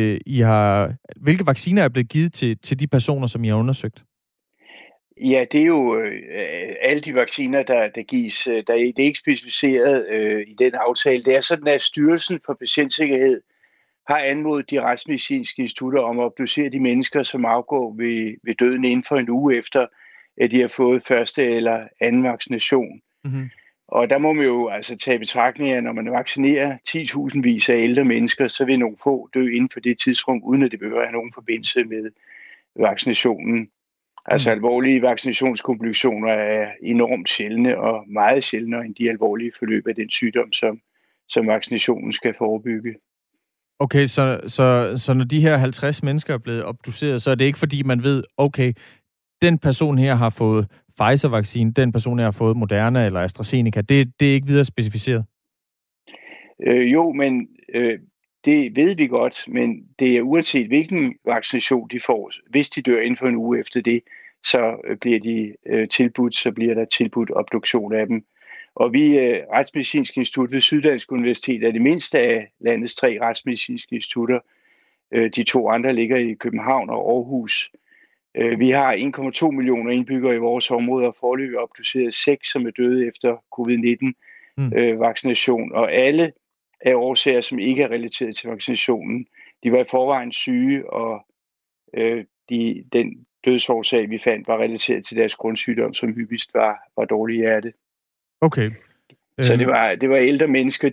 blevet givet til de personer, som I har undersøgt? Ja, det er jo alle de vacciner, der gives. Det er ikke specificeret i den aftale. Det er sådan, at Styrelsen for Patientsikkerhed har anmodet de retsmedicinske institutter om at obducere de mennesker, som afgår ved døden inden for en uge efter, at de har fået første eller anden vaccination. Mm-hmm. Og der må man jo altså tage betragtning af, når man vaccinerer 10.000 vis af ældre mennesker, så vil nogle få dø inden for det tidsrum, uden at det behøver at have nogen forbindelse med vaccinationen. Altså alvorlige vaccinationskomplikationer er enormt sjældne og meget sjældnere end de alvorlige forløb af den sygdom, som vaccinationen skal forebygge. Okay, så når de her 50 mennesker er blevet obduceret, så er det ikke fordi, man ved, okay, den person her har fået Pfizer-vaccine, den person her har fået Moderna eller AstraZeneca. Det er ikke videre specificeret? Jo, men det ved vi godt, men det er uanset hvilken vaccination de får. Hvis de dør inden for en uge efter det, så bliver der tilbudt obduktion af dem. Og vi Retsmedicinsk Institut ved Syddansk Universitet er det mindste af landets 3 retsmedicinske institutter. De 2 andre ligger i København og Aarhus. Vi har 1,2 millioner indbyggere i vores område og foreløbig obduceret 6, som er døde efter covid-19-vaccination. Og alle er årsager, som ikke er relateret til vaccinationen. De var i forvejen syge, og den dødsårsag, vi fandt, var relateret til deres grundsygdom, som hyppigst var dårlig hjerte. Okay. Så det var ældre mennesker,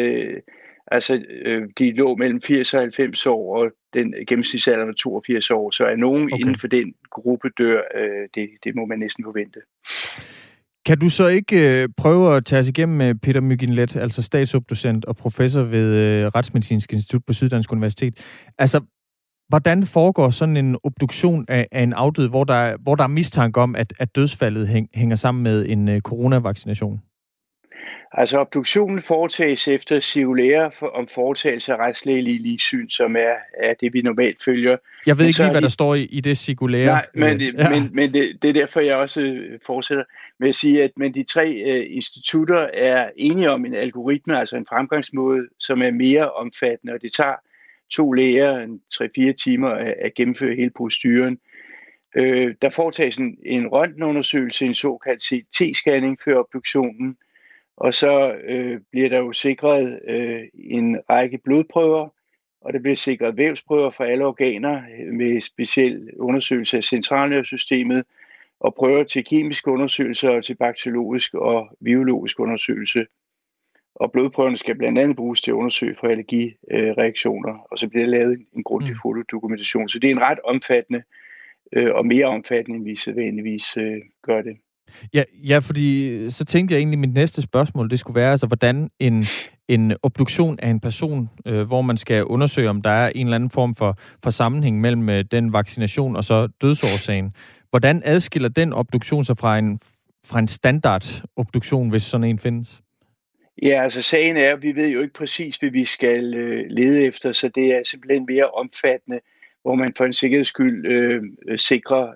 de lå mellem 80 og 90 år, og den gennemsnitsalder var 82 år. Så er nogen inden for den gruppe dør, det må man næsten forvente. Kan du så ikke prøve at tage os igennem, Peter Mygind-Let, altså statsobducent og professor ved Retsmedicinsk Institut på Syddansk Universitet? Altså, hvordan foregår sådan en obduktion af en afdød, hvor der er mistanke om, at dødsfaldet hænger sammen med en coronavaccination? Altså, obduktionen foretages efter cirkulære om foretagelse af retslægelige ligsyn, som er det, vi normalt følger. Jeg ved ikke lige, hvad der står i det cirkulære. Nej, men det er derfor, jeg også fortsætter med at sige, at de 3 institutter er enige om en algoritme, altså en fremgangsmåde, som er mere omfattende, og det tager 2 læger 3-4 timer at gennemføre hele proceduren. Der foretages en røntgenundersøgelse, en såkaldt CT-scanning før obduktionen, og så bliver der jo sikret en række blodprøver, og der bliver sikret vævsprøver for alle organer med speciel undersøgelse af centralnervesystemet, og prøver til kemiske undersøgelser og til bakteriologisk og virologisk undersøgelse. Og blodprøverne skal blandt andet bruges til at undersøge for allergireaktioner, og så bliver der lavet en grundig fotodokumentation. Så det er en ret omfattende og mere omfattende, end vi sædvanligvis gør det. Ja, fordi så tænkte jeg egentlig, mit næste spørgsmål, det skulle være, altså hvordan en obduktion af en person, hvor man skal undersøge, om der er en eller anden form for sammenhæng mellem den vaccination og så dødsårsagen. Hvordan adskiller den obduktion sig fra en standardobduktion, hvis sådan en findes? Ja, altså sagen er, at vi ved jo ikke præcis, hvad vi skal lede efter, så det er simpelthen mere omfattende, hvor man for en sikkerheds skyld sikrer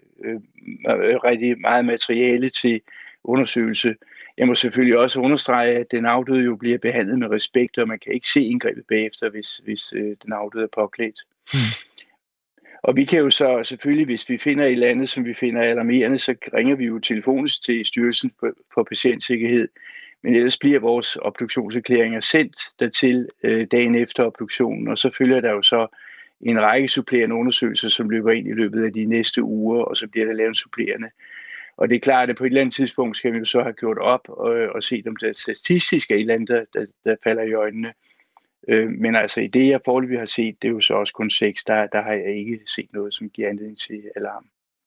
rigtig meget materiale til undersøgelse. Jeg må selvfølgelig også understrege, at den afdøde jo bliver behandlet med respekt, og man kan ikke se indgrebet bagefter, hvis den afdøde er påklædt. Og vi kan jo så selvfølgelig, hvis vi finder et eller andet, som vi finder alarmerende, så ringer vi jo telefonisk til Styrelsen for Patientsikkerhed. Men ellers bliver vores obduktionserklæringer sendt dertil dagen efter obduktionen, og så følger der jo så en række supplerende undersøgelser, som løber ind i løbet af de næste uger, og så bliver der lavet supplerende. Og det er klart, at på et eller andet tidspunkt skal vi jo så have gjort op og set, om det statistisk er et eller andet, der falder i øjnene. Men altså i det, jeg foreløbig har set, det er jo så også kun 6, der har jeg ikke set noget, som giver anledning til alarm.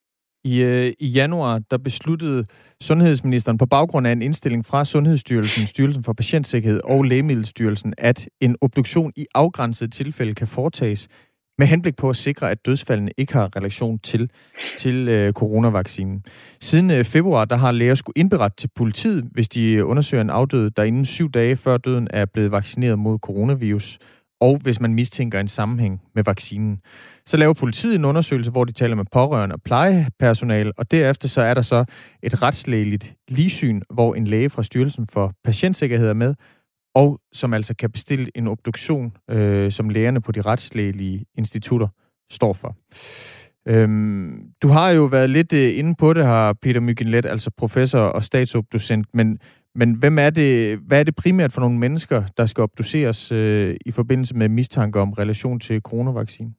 I januar, der besluttede sundhedsministeren på baggrund af en indstilling fra Sundhedsstyrelsen, Styrelsen for Patientsikkerhed og Lægemiddelstyrelsen, at en obduktion i afgrænsede tilfælde kan foretages med henblik på at sikre, at dødsfaldene ikke har relation til coronavaccinen. Siden februar, der har læger skulle indberette til politiet, hvis de undersøger en afdød, der inden 7 dage før døden er blevet vaccineret mod coronavirus, og hvis man mistænker en sammenhæng med vaccinen. Så laver politiet en undersøgelse, hvor de taler med pårørende og plejepersonale, og derefter så er der så et retslægeligt ligsyn, hvor en læge fra Styrelsen for Patientsikkerhed er med, og som altså kan bestille en obduktion, som lægerne på de retslægelige institutter står for. Du har jo været lidt inde på det her, Peter Mygind-Leth, altså professor og statsobducent, men hvad er det primært for nogle mennesker, der skal obduceres i forbindelse med mistanke om relation til coronavaccinen?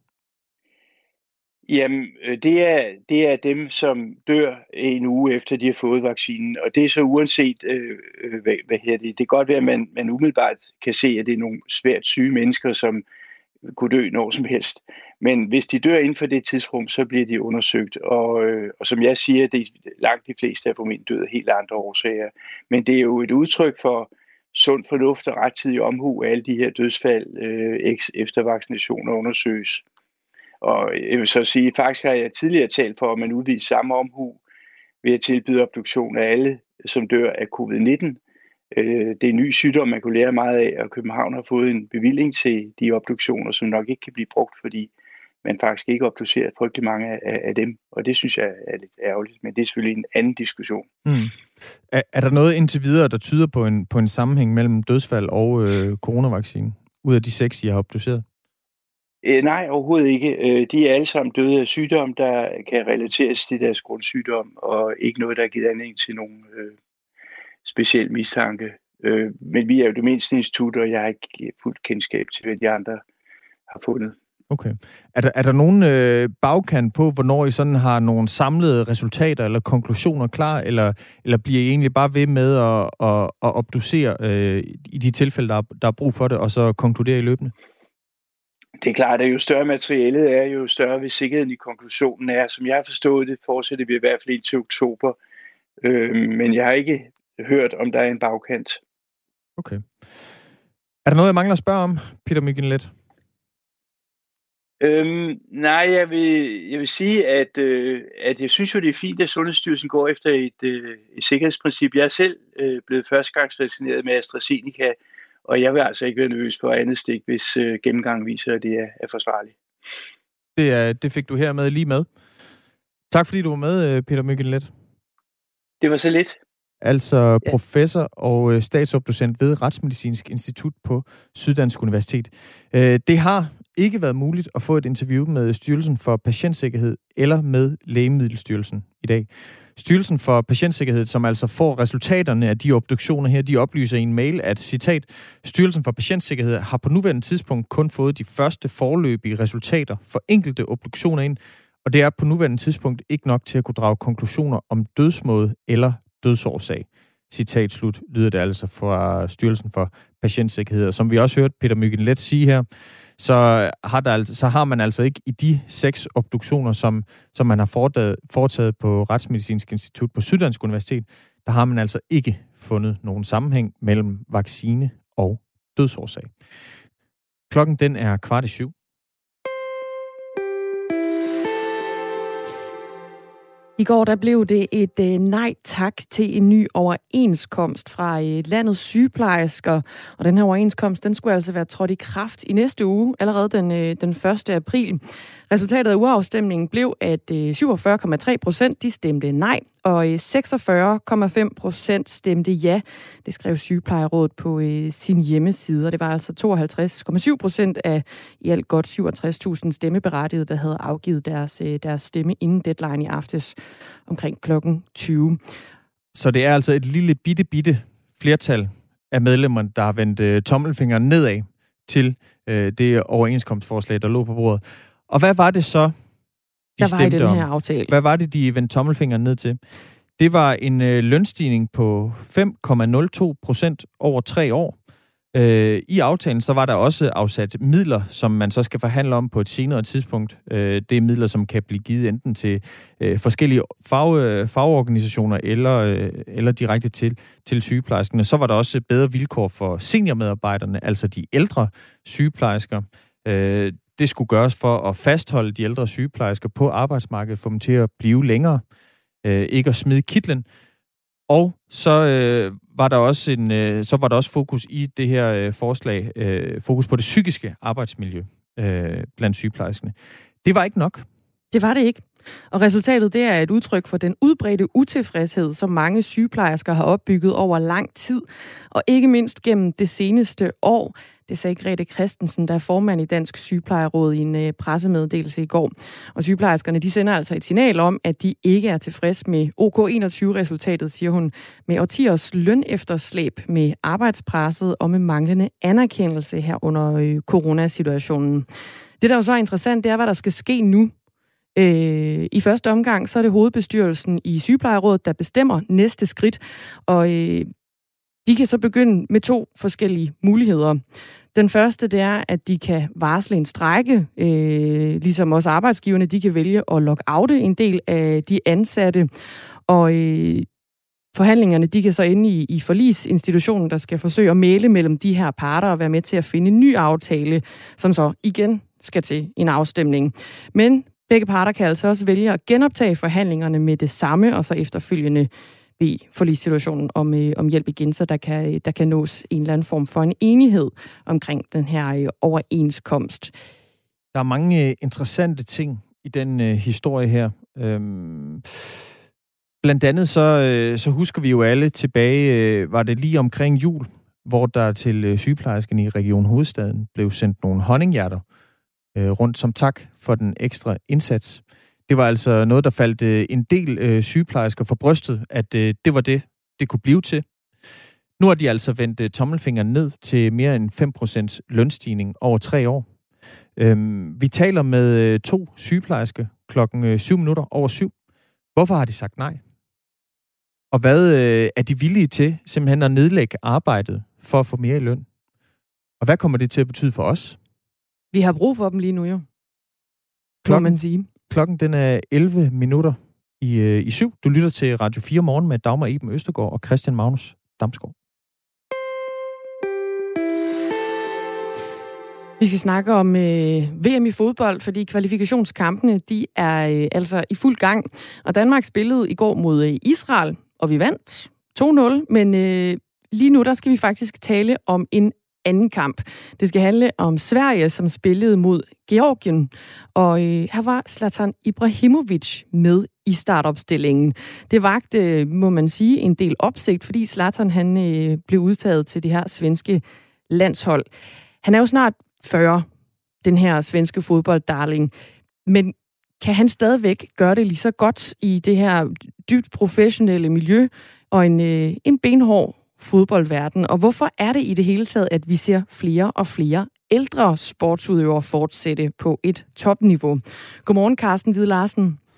Jamen, det er dem, som dør en uge efter, de har fået vaccinen. Og det er så uanset, det kan godt være, at man umiddelbart kan se, at det er nogle svært syge mennesker, som kunne dø når som helst. Men hvis de dør inden for det tidsrum, så bliver de undersøgt. Og som jeg siger, det er langt de fleste er formentlig døde af helt andre årsager. Men det er jo et udtryk for sund fornuft og rettidig omhu, at alle de her dødsfald efter vaccinationer undersøges. Og jeg vil så sige, faktisk har jeg tidligere talt for, at man udviser samme omhu ved at tilbyde obduktion af alle, som dør af covid-19. Det er en ny sygdom, man kunne lære meget af, og København har fået en bevilling til de obduktioner, som nok ikke kan blive brugt, fordi man faktisk ikke obducerer frygtelig mange af dem. Og det synes jeg er lidt ærgerligt, men det er selvfølgelig en anden diskussion. Er der noget indtil videre, der tyder på en sammenhæng mellem dødsfald og coronavaccinen, ud af de 6, I har obduceret? Nej, overhovedet ikke. De er alle sammen døde af sygdom, der kan relateres til deres grundsygdom, og ikke noget, der har givet anledning til nogen speciel mistanke. Men vi er jo det mindste institut, og jeg har ikke fuldt kendskab til, hvad de andre har fundet. Okay. Er der nogen bagkant på, hvornår I sådan har nogle samlede resultater eller konklusioner klar, eller bliver I egentlig bare ved med at obducere i de tilfælde, der er brug for det, og så konkludere i løbende? Det er klart, at jo større materialet er, jo større vil sikkerheden i konklusionen er. Som jeg har forstået det, fortsætter vi i hvert fald til oktober. Men jeg har ikke hørt, om der er en bagkant. Okay. Er der noget, jeg mangler at spørge om, Peter Mygind-Leth? Nej, jeg vil sige, at jeg synes jo, det er fint, at Sundhedsstyrelsen går efter et sikkerhedsprincip. Jeg er selv blevet førstegangsvaccineret med AstraZeneca, og jeg vil altså ikke være nervøs for andet stik, hvis gennemgangen viser, at det er forsvarligt. Det fik du hermed lige med. Tak fordi du var med, Peter Mygind-Leth. Det var så lidt. Altså professor og statsobducent ved Retsmedicinsk Institut på Syddansk Universitet. Det har ikke været muligt at få et interview med Styrelsen for Patientsikkerhed eller med Lægemiddelstyrelsen i dag. Styrelsen for Patientsikkerhed, som altså får resultaterne af de obduktioner her, de oplyser i en mail, at, citat, Styrelsen for Patientsikkerhed har på nuværende tidspunkt kun fået de første foreløbige resultater for enkelte obduktioner ind, og det er på nuværende tidspunkt ikke nok til at kunne drage konklusioner om dødsmåde eller dødsårsag. Citat slut, lyder det altså fra Styrelsen for Patientsikkerhed. Og som vi også hørte Peter Mygind-Let sige her, så har man altså ikke i de 6 obduktioner, som man har foretaget på Retsmedicinsk Institut på Syddansk Universitet, der har man altså ikke fundet nogen sammenhæng mellem vaccine og dødsårsag. Klokken den er 6:15. I går der blev det et nej tak til en ny overenskomst fra landets sygeplejersker. Og den her overenskomst, den skulle altså være trådt i kraft i næste uge, allerede den 1. april. Resultatet af urafstemningen blev, at 47,3% de stemte nej, og 46,5% stemte ja. Det skrev Sygeplejerådet på sin hjemmeside, og det var altså 52,7% af i alt godt 67.000 stemmeberettigede, der havde afgivet deres stemme inden deadline i aftes omkring klokken 20. Så det er altså et lille bitte flertal af medlemmerne, der har vendt tommelfingeren nedad til det overenskomstforslag, der lå på bordet. Og hvad var det så, de stemte om? Hvad var det, de vendte tommelfingeren ned til? Det var en lønstigning på 5,02% over 3 år. I aftalen så var der også afsat midler, som man så skal forhandle om på et senere tidspunkt. Det er midler, som kan blive givet enten til forskellige fagorganisationer eller direkte til sygeplejerskerne. Så var der også bedre vilkår for seniormedarbejderne, altså de ældre sygeplejersker. Det skulle gøres for at fastholde de ældre sygeplejersker på arbejdsmarkedet, få dem til at blive længere, ikke at smide kitlen. Og så var der også fokus i det her forslag, fokus på det psykiske arbejdsmiljø blandt sygeplejerskerne. Det var ikke nok. Det var det ikke. Og resultatet det er et udtryk for den udbredte utilfredshed, som mange sygeplejersker har opbygget over lang tid, og ikke mindst gennem det seneste år. Det sagde Grete Christensen, der er formand i Dansk Sygeplejeråd, i en pressemeddelelse i går. Og sygeplejerskerne de sender altså et signal om, at de ikke er tilfreds med OK21-resultatet, siger hun, med årtiers lønefterslæb, med arbejdspresset og med manglende anerkendelse her under coronasituationen. Det, der jo så er interessant, det er, hvad der skal ske nu. I første omgang, så er det hovedbestyrelsen i Sygeplejerådet, der bestemmer næste skridt, og de kan så begynde med 2 forskellige muligheder. Den første, det er, at de kan varsle en strejke, ligesom også arbejdsgiverne, de kan vælge at lockoute en del af de ansatte, og forhandlingerne, de kan så ende i forligsinstitutionen, der skal forsøge at mægle mellem de her parter og være med til at finde en ny aftale, som så igen skal til en afstemning. Men begge parter kan altså også vælge at genoptage forhandlingerne med det samme, og så efterfølgende ved forligssituationen om hjælp igen, så der kan nås en eller anden form for en enighed omkring den her overenskomst. Der er mange interessante ting i den historie her. Blandt andet så husker vi jo alle tilbage, var det lige omkring jul, hvor der til sygeplejerskerne i Region Hovedstaden blev sendt nogle honninghjerter rundt som tak for den ekstra indsats. Det var altså noget, der faldt en del sygeplejersker for brystet, at det var det kunne blive til. Nu har de altså vendt tommelfingeren ned til mere end 5% lønstigning over 3 år. Vi taler med 2 sygeplejersker klokken 7:07. Hvorfor har de sagt nej? Og hvad er de villige til simpelthen at nedlægge arbejdet for at få mere i løn? Og hvad kommer det til at betyde for os? Vi har brug for dem lige nu, jo. Kan man sige. Klokken den er 7:11. Du lytter til Radio 4 Morgen med Dagmar Eben Østergaard og Christian Magnus Damsgaard. Vi skal snakke om VM i fodbold, fordi kvalifikationskampene de er altså i fuld gang. Og Danmark spillede i går mod Israel, og vi vandt 2-0. Men lige nu der skal vi faktisk tale om en anden kamp. Det skal handle om Sverige, som spillede mod Georgien. Og her var Zlatan Ibrahimovic med i startopstillingen. Det vagte, må man sige, en del opsigt, fordi Zlatan han blev udtaget til det her svenske landshold. Han er jo snart 40, den her svenske fodbolddarling. Men kan han stadigvæk gøre det lige så godt i det her dybt professionelle miljø og en benhård fodboldverden? Og hvorfor er det i det hele taget, at vi ser flere og flere ældre sportsudøvere fortsætte på et topniveau? Godmorgen, Carsten Hvide Larsen.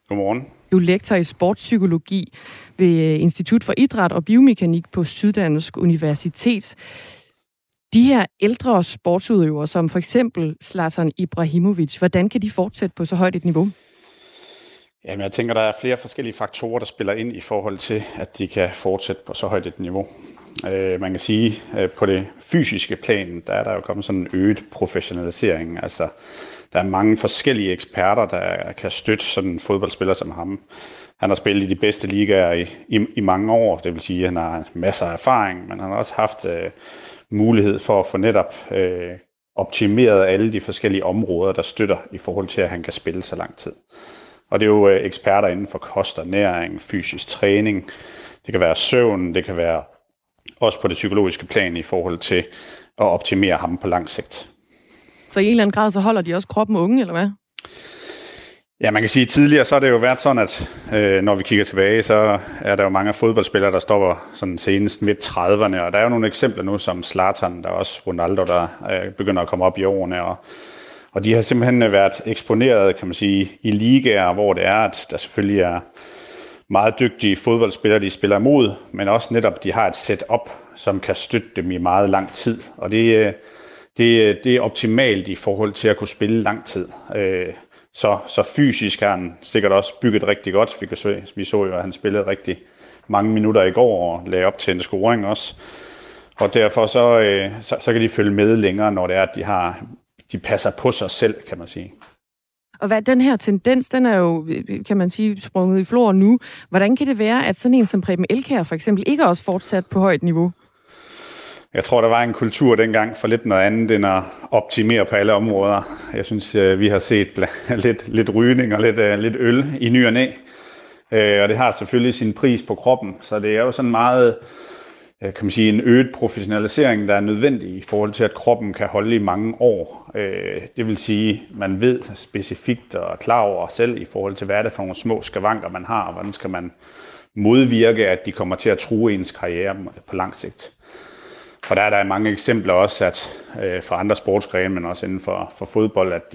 Godmorgen. Du er lektor i sportspsykologi ved Institut for Idræt og Biomekanik på Syddansk Universitet. De her ældre sportsudøvere, som for eksempel Zlatan Ibrahimović, hvordan kan de fortsætte på så højt et niveau? Jamen, jeg tænker, der er flere forskellige faktorer, der spiller ind i forhold til, at de kan fortsætte på så højt et niveau. Man kan sige, at på det fysiske plan, der er der jo kommet sådan en øget professionalisering. Altså, der er mange forskellige eksperter, der kan støtte sådan en fodboldspiller som ham. Han har spillet i de bedste ligaer i mange år, det vil sige, at han har masser af erfaring, men han har også haft mulighed for at få netop optimeret alle de forskellige områder, der støtter i forhold til, at han kan spille så lang tid. Og det er jo eksperter inden for kost og næring, fysisk træning, det kan være søvn, det kan være også på det psykologiske plan i forhold til at optimere ham på lang sigt. Så i en eller anden grad, så holder de også kroppen unge, eller hvad? Ja, man kan sige, at tidligere så har det jo været sådan, at når vi kigger tilbage, så er der jo mange fodboldspillere, der stopper sådan senest midt 30'erne, og der er jo nogle eksempler nu som Zlatan, der er også Ronaldo, der begynder at komme op i årene, og de har simpelthen været eksponeret, kan man sige, i ligaer, hvor det er, at der selvfølgelig er meget dygtige fodboldspillere, de spiller imod, men også netop, de har et setup, som kan støtte dem i meget lang tid, og det er optimalt i forhold til at kunne spille lang tid. Så fysisk har han sikkert også bygget rigtig godt. Vi så jo, at han spillede rigtig mange minutter i går og lagde op til en scoring også. Og derfor så kan de følge med længere, når det er, at de passer på sig selv, kan man sige. Og hvad den her tendens, den er jo, kan man sige, sprunget i flor nu. Hvordan kan det være, at sådan en som Preben Elkjær for eksempel ikke også fortsat på højt niveau? Jeg tror, der var en kultur dengang for lidt noget andet end at optimere på alle områder. Jeg synes, vi har set lidt rygning og lidt øl i ny og næ. Og det har selvfølgelig sin pris på kroppen. Så det er jo sådan meget, kan man sige, en øget professionalisering, der er nødvendig i forhold til, at kroppen kan holde i mange år. Det vil sige, man ved specifikt og klar over selv i forhold til, hvad er det for nogle små skavanker, man har, og hvordan skal man modvirke, at de kommer til at true ens karriere på lang sigt. Og der er der mange eksempler også, at fra andre sportsgrene, men også inden for fodbold, at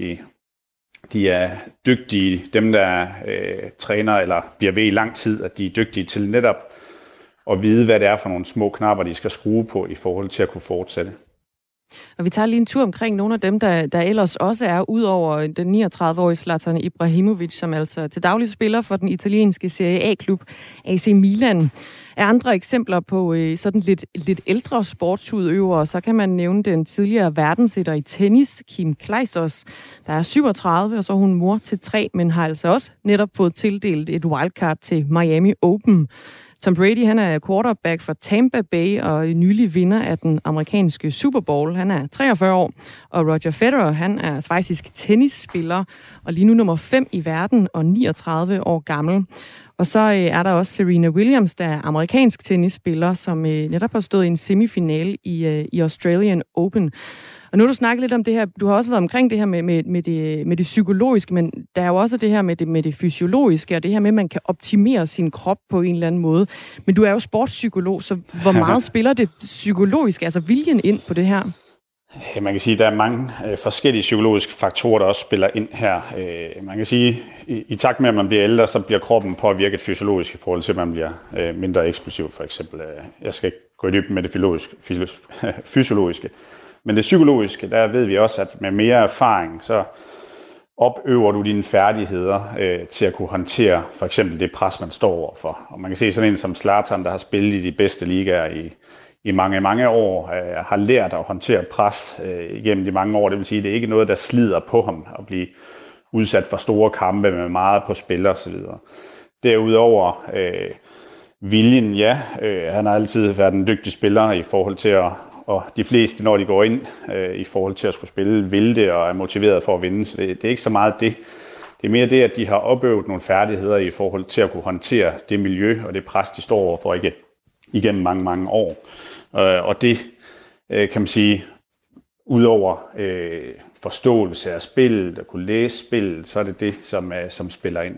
de er dygtige, dem der træner eller bliver ved i lang tid, at de er dygtige til netop at vide, hvad det er for nogle små knapper, de skal skrue på i forhold til at kunne fortsætte. Og vi tager lige en tur omkring nogle af dem, der ellers også er, ud over den 39-årige Zlatan Ibrahimović, som altså til daglig spiller for den italienske Serie A-klub AC Milan. Af andre eksempler på sådan lidt ældre sportsudøvere, så kan man nævne den tidligere verdensetter i tennis, Kim Clijsters, der er 37, og så er hun mor til 3, men har altså også netop fået tildelt et wildcard til Miami Open. Tom Brady, han er quarterback for Tampa Bay og nylig vinder af den amerikanske Super Bowl. Han er 43 år, og Roger Federer, han er schweizisk tennisspiller, og lige nu nummer 5 i verden og 39 år gammel. Og så er der også Serena Williams, der er amerikansk tennisspiller, som netop har stået i en semifinale i Australian Open. Og nu har du snakket lidt om det her, du har også været omkring det her med det psykologiske, men der er jo også det her med det fysiologiske, og det her med, at man kan optimere sin krop på en eller anden måde. Men du er jo sportspsykolog, så hvor meget spiller det psykologiske, altså viljen ind på det her? Man kan sige, at der er mange forskellige psykologiske faktorer, der også spiller ind her. Man kan sige, i takt med, at man bliver ældre, så bliver kroppen påvirket fysiologisk i forhold til, at man bliver mindre eksplosiv, for eksempel. Jeg skal ikke gå i dybden med det fysiologiske. Men det psykologiske, der ved vi også, at med mere erfaring, så opøver du dine færdigheder til at kunne håndtere for eksempel det pres, man står overfor. Og man kan se sådan en som Zlatan, der har spillet i de bedste ligaer i mange år, har lært at håndtere pres igennem de mange år. Det vil sige, at det er ikke noget, der slider på ham at blive udsat for store kampe med meget på spil og så videre. Derudover viljen, ja, han har altid været en dygtig spiller i forhold til og de fleste, når de går ind i forhold til at skulle spille, vil det og er motiveret for at vinde. Så det er ikke så meget det. Det er mere det, at de har opøvet nogle færdigheder i forhold til at kunne håndtere det miljø og det pres, de står overfor igennem mange år. Og det, kan man sige, udover forståelse af spillet, at kunne læse spillet, så er det det, som spiller ind.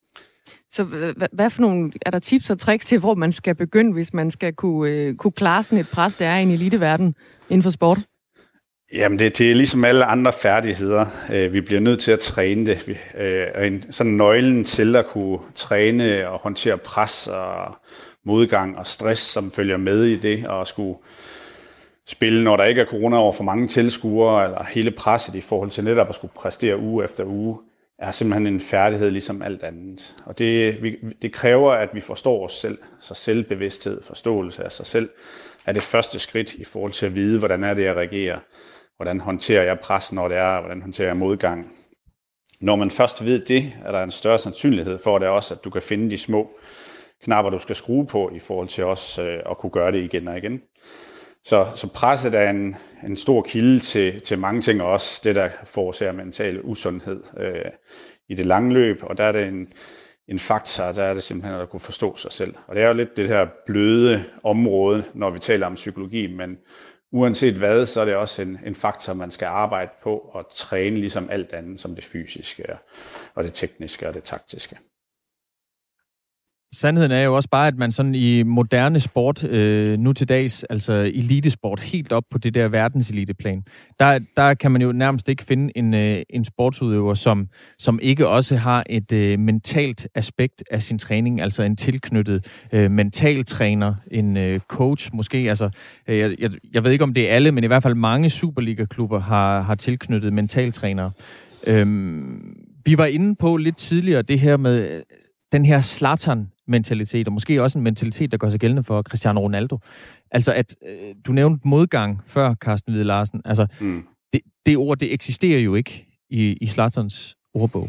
Så hvad for nogle, er der tips og tricks til, hvor man skal begynde, hvis man skal kunne klare sådan et pres, der er i en eliteverden inden for sport? Jamen, det er ligesom alle andre færdigheder. Vi bliver nødt til at træne det. Sådan nøglen til at kunne træne og håndtere pres og modgang og stress, som følger med i det, og skulle spille, når der ikke er corona over for mange tilskuere, eller hele presset i forhold til netop at skulle præstere uge efter uge, er simpelthen en færdighed ligesom alt andet. Og det kræver, at vi forstår os selv. Så selvbevidsthed, forståelse af sig selv, er det første skridt i forhold til at vide, hvordan er det, jeg reagerer. Hvordan håndterer jeg pres, når det er, hvordan håndterer jeg modgang. Når man først ved det, er der en større sandsynlighed for det også, at du kan finde de små knapper, du skal skrue på, i forhold til også at kunne gøre det igen og igen. Så presset er en stor kilde til mange ting, og også det, der forårsager mental usundhed i det lange løb. Og der er det en faktor, der er det simpelthen at kunne forstå sig selv. Og det er jo lidt det her bløde område, når vi taler om psykologi, men uanset hvad, så er det også en faktor, man skal arbejde på og træne ligesom alt andet, som det fysiske og det tekniske og det taktiske. Sandheden er jo også bare, at man sådan i moderne sport nu til dags, altså elitesport, helt op på det der verdenseliteplan, der kan man jo nærmest ikke finde en sportsudøver, som ikke også har et mentalt aspekt af sin træning, altså en tilknyttet mentaltræner, en coach måske. Altså, jeg ved ikke, om det er alle, men i hvert fald mange Superliga-klubber har tilknyttet mentaltrænere. Vi var inde på lidt tidligere det her med den her Zlatan-mentalitet, og måske også en mentalitet, der gør sig gældende for Cristiano Ronaldo. Altså, at du nævnte modgang før, Carsten Hvide Larsen. Altså, det ord, det eksisterer jo ikke i Zlatans ordbog.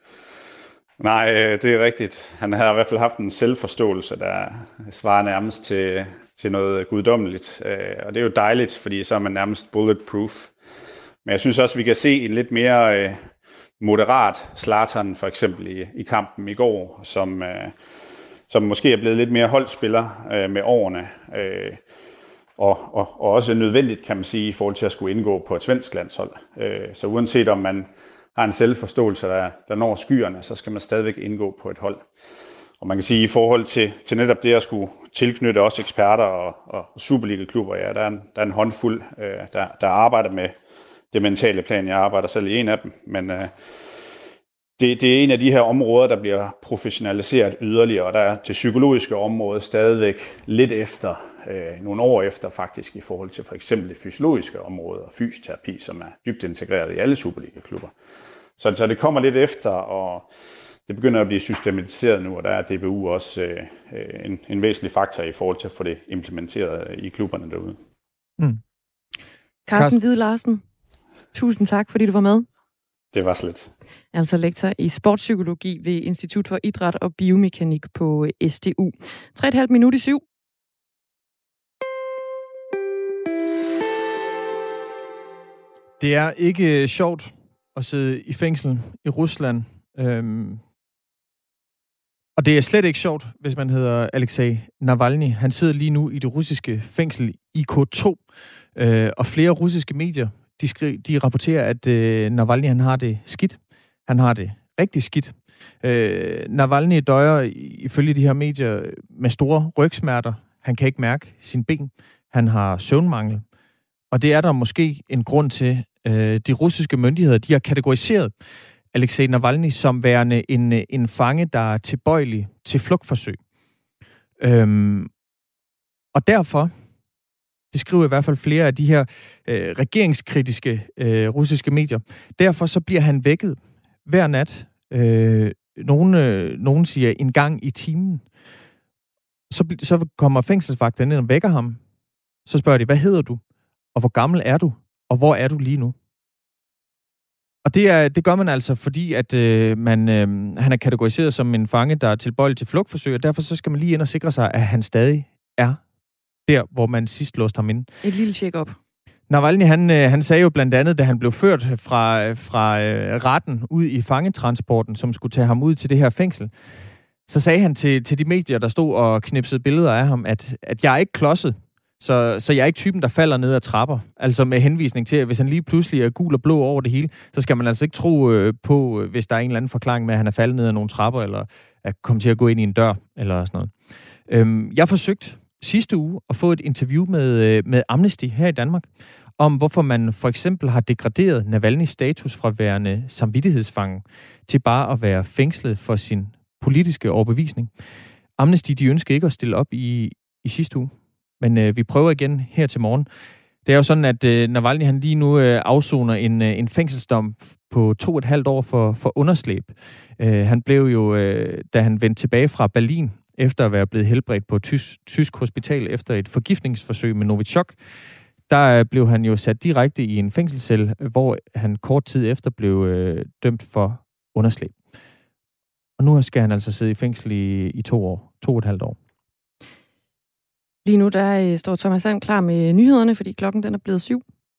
Nej, det er rigtigt. Han har i hvert fald haft en selvforståelse, der svarer nærmest til noget guddommeligt. Og det er jo dejligt, fordi så er man nærmest bulletproof. Men jeg synes også, vi kan se en lidt mere moderat Zlatan for eksempel i kampen i går, som måske er blevet lidt mere holdspiller med årene, og også nødvendigt, kan man sige, i forhold til at skulle indgå på et svensk landshold. Så uanset om man har en selvforståelse, der når skyerne, så skal man stadigvæk indgå på et hold. Og man kan sige, i forhold til netop det at skulle tilknytte også eksperter og Superliga-klubber, ja, der er en håndfuld, der arbejder med det mentale plan. Jeg arbejder selv i en af dem, men det er en af de her områder, der bliver professionaliseret yderligere, og der er det psykologiske område stadigvæk lidt efter, nogle år efter faktisk, i forhold til for eksempel det fysiologiske område og fysioterapi, som er dybt integreret i alle Superliga-klubber. Så det kommer lidt efter, og det begynder at blive systematiseret nu, og der er DBU også en væsentlig faktor i forhold til at få det implementeret i klubberne derude. Carsten Hvide Larsen, tusind tak, fordi du var med. Det var slet. Altså lektor i sportspsykologi ved Institut for Idræt og Biomekanik på SDU. 3,5 minut i 7. Det er ikke sjovt at sidde i fængsel i Rusland. Og det er slet ikke sjovt, hvis man hedder Alexei Navalny. Han sidder lige nu i det russiske fængsel IK2. Og flere russiske medier, de rapporterer, at Navalny han har det skidt. Han har det rigtig skidt. Navalny døjer ifølge de her medier med store rygsmerter. Han kan ikke mærke sine ben. Han har søvnmangel. Og det er der måske en grund til. De russiske myndigheder, de har kategoriseret Alexei Navalny som værende en fange, der er tilbøjelig til flugtforsøg. Og derfor, det skriver i hvert fald flere af de her regeringskritiske russiske medier, derfor så bliver han vækket hver nat. Nogen siger en gang i timen. Så kommer fængselsvagten ind og vækker ham. Så spørger de, hvad hedder du? Og hvor gammel er du? Og hvor er du lige nu? Og det gør man altså, fordi at han er kategoriseret som en fange, der er tilbøjelig til flugtforsøg, og derfor så skal man lige ind og sikre sig, at han stadig er der, hvor man sidst låste ham ind. Et lille check-up. Navalny, han sagde jo blandt andet, da han blev ført fra retten ud i fangetransporten, som skulle tage ham ud til det her fængsel, så sagde han til de medier, der stod og knipsede billeder af ham, at jeg er ikke klodset. Så jeg er ikke typen, der falder ned ad trapper. Altså med henvisning til, at hvis han lige pludselig er gul og blå over det hele, så skal man altså ikke tro på, hvis der er en eller anden forklaring med, at han er faldet ned ad nogle trapper, eller er kommet til at gå ind i en dør, eller sådan noget. Jeg forsøgte sidste uge at få et interview med Amnesty her i Danmark. om hvorfor man for eksempel har degraderet Navalny's status fra værende samvittighedsfange til bare at være fængslet for sin politiske overbevisning. Amnesty, de ønsker ikke at stille op i sidste uge, men vi prøver igen her til morgen. Det er jo sådan, at Navalny han lige nu afsoner en fængselsdom på 2,5 år for underslæb. Han blev jo, da han vendte tilbage fra Berlin, efter at være blevet helbredt på et tysk hospital efter et forgiftningsforsøg med Novichok, der blev han jo sat direkte i en fængselscelle, hvor han kort tid efter blev dømt for underslæb. Og nu skal han altså sidde i fængsel i 2,5 år. Lige nu der står Thomas Sand klar med nyhederne, fordi klokken den er blevet 7.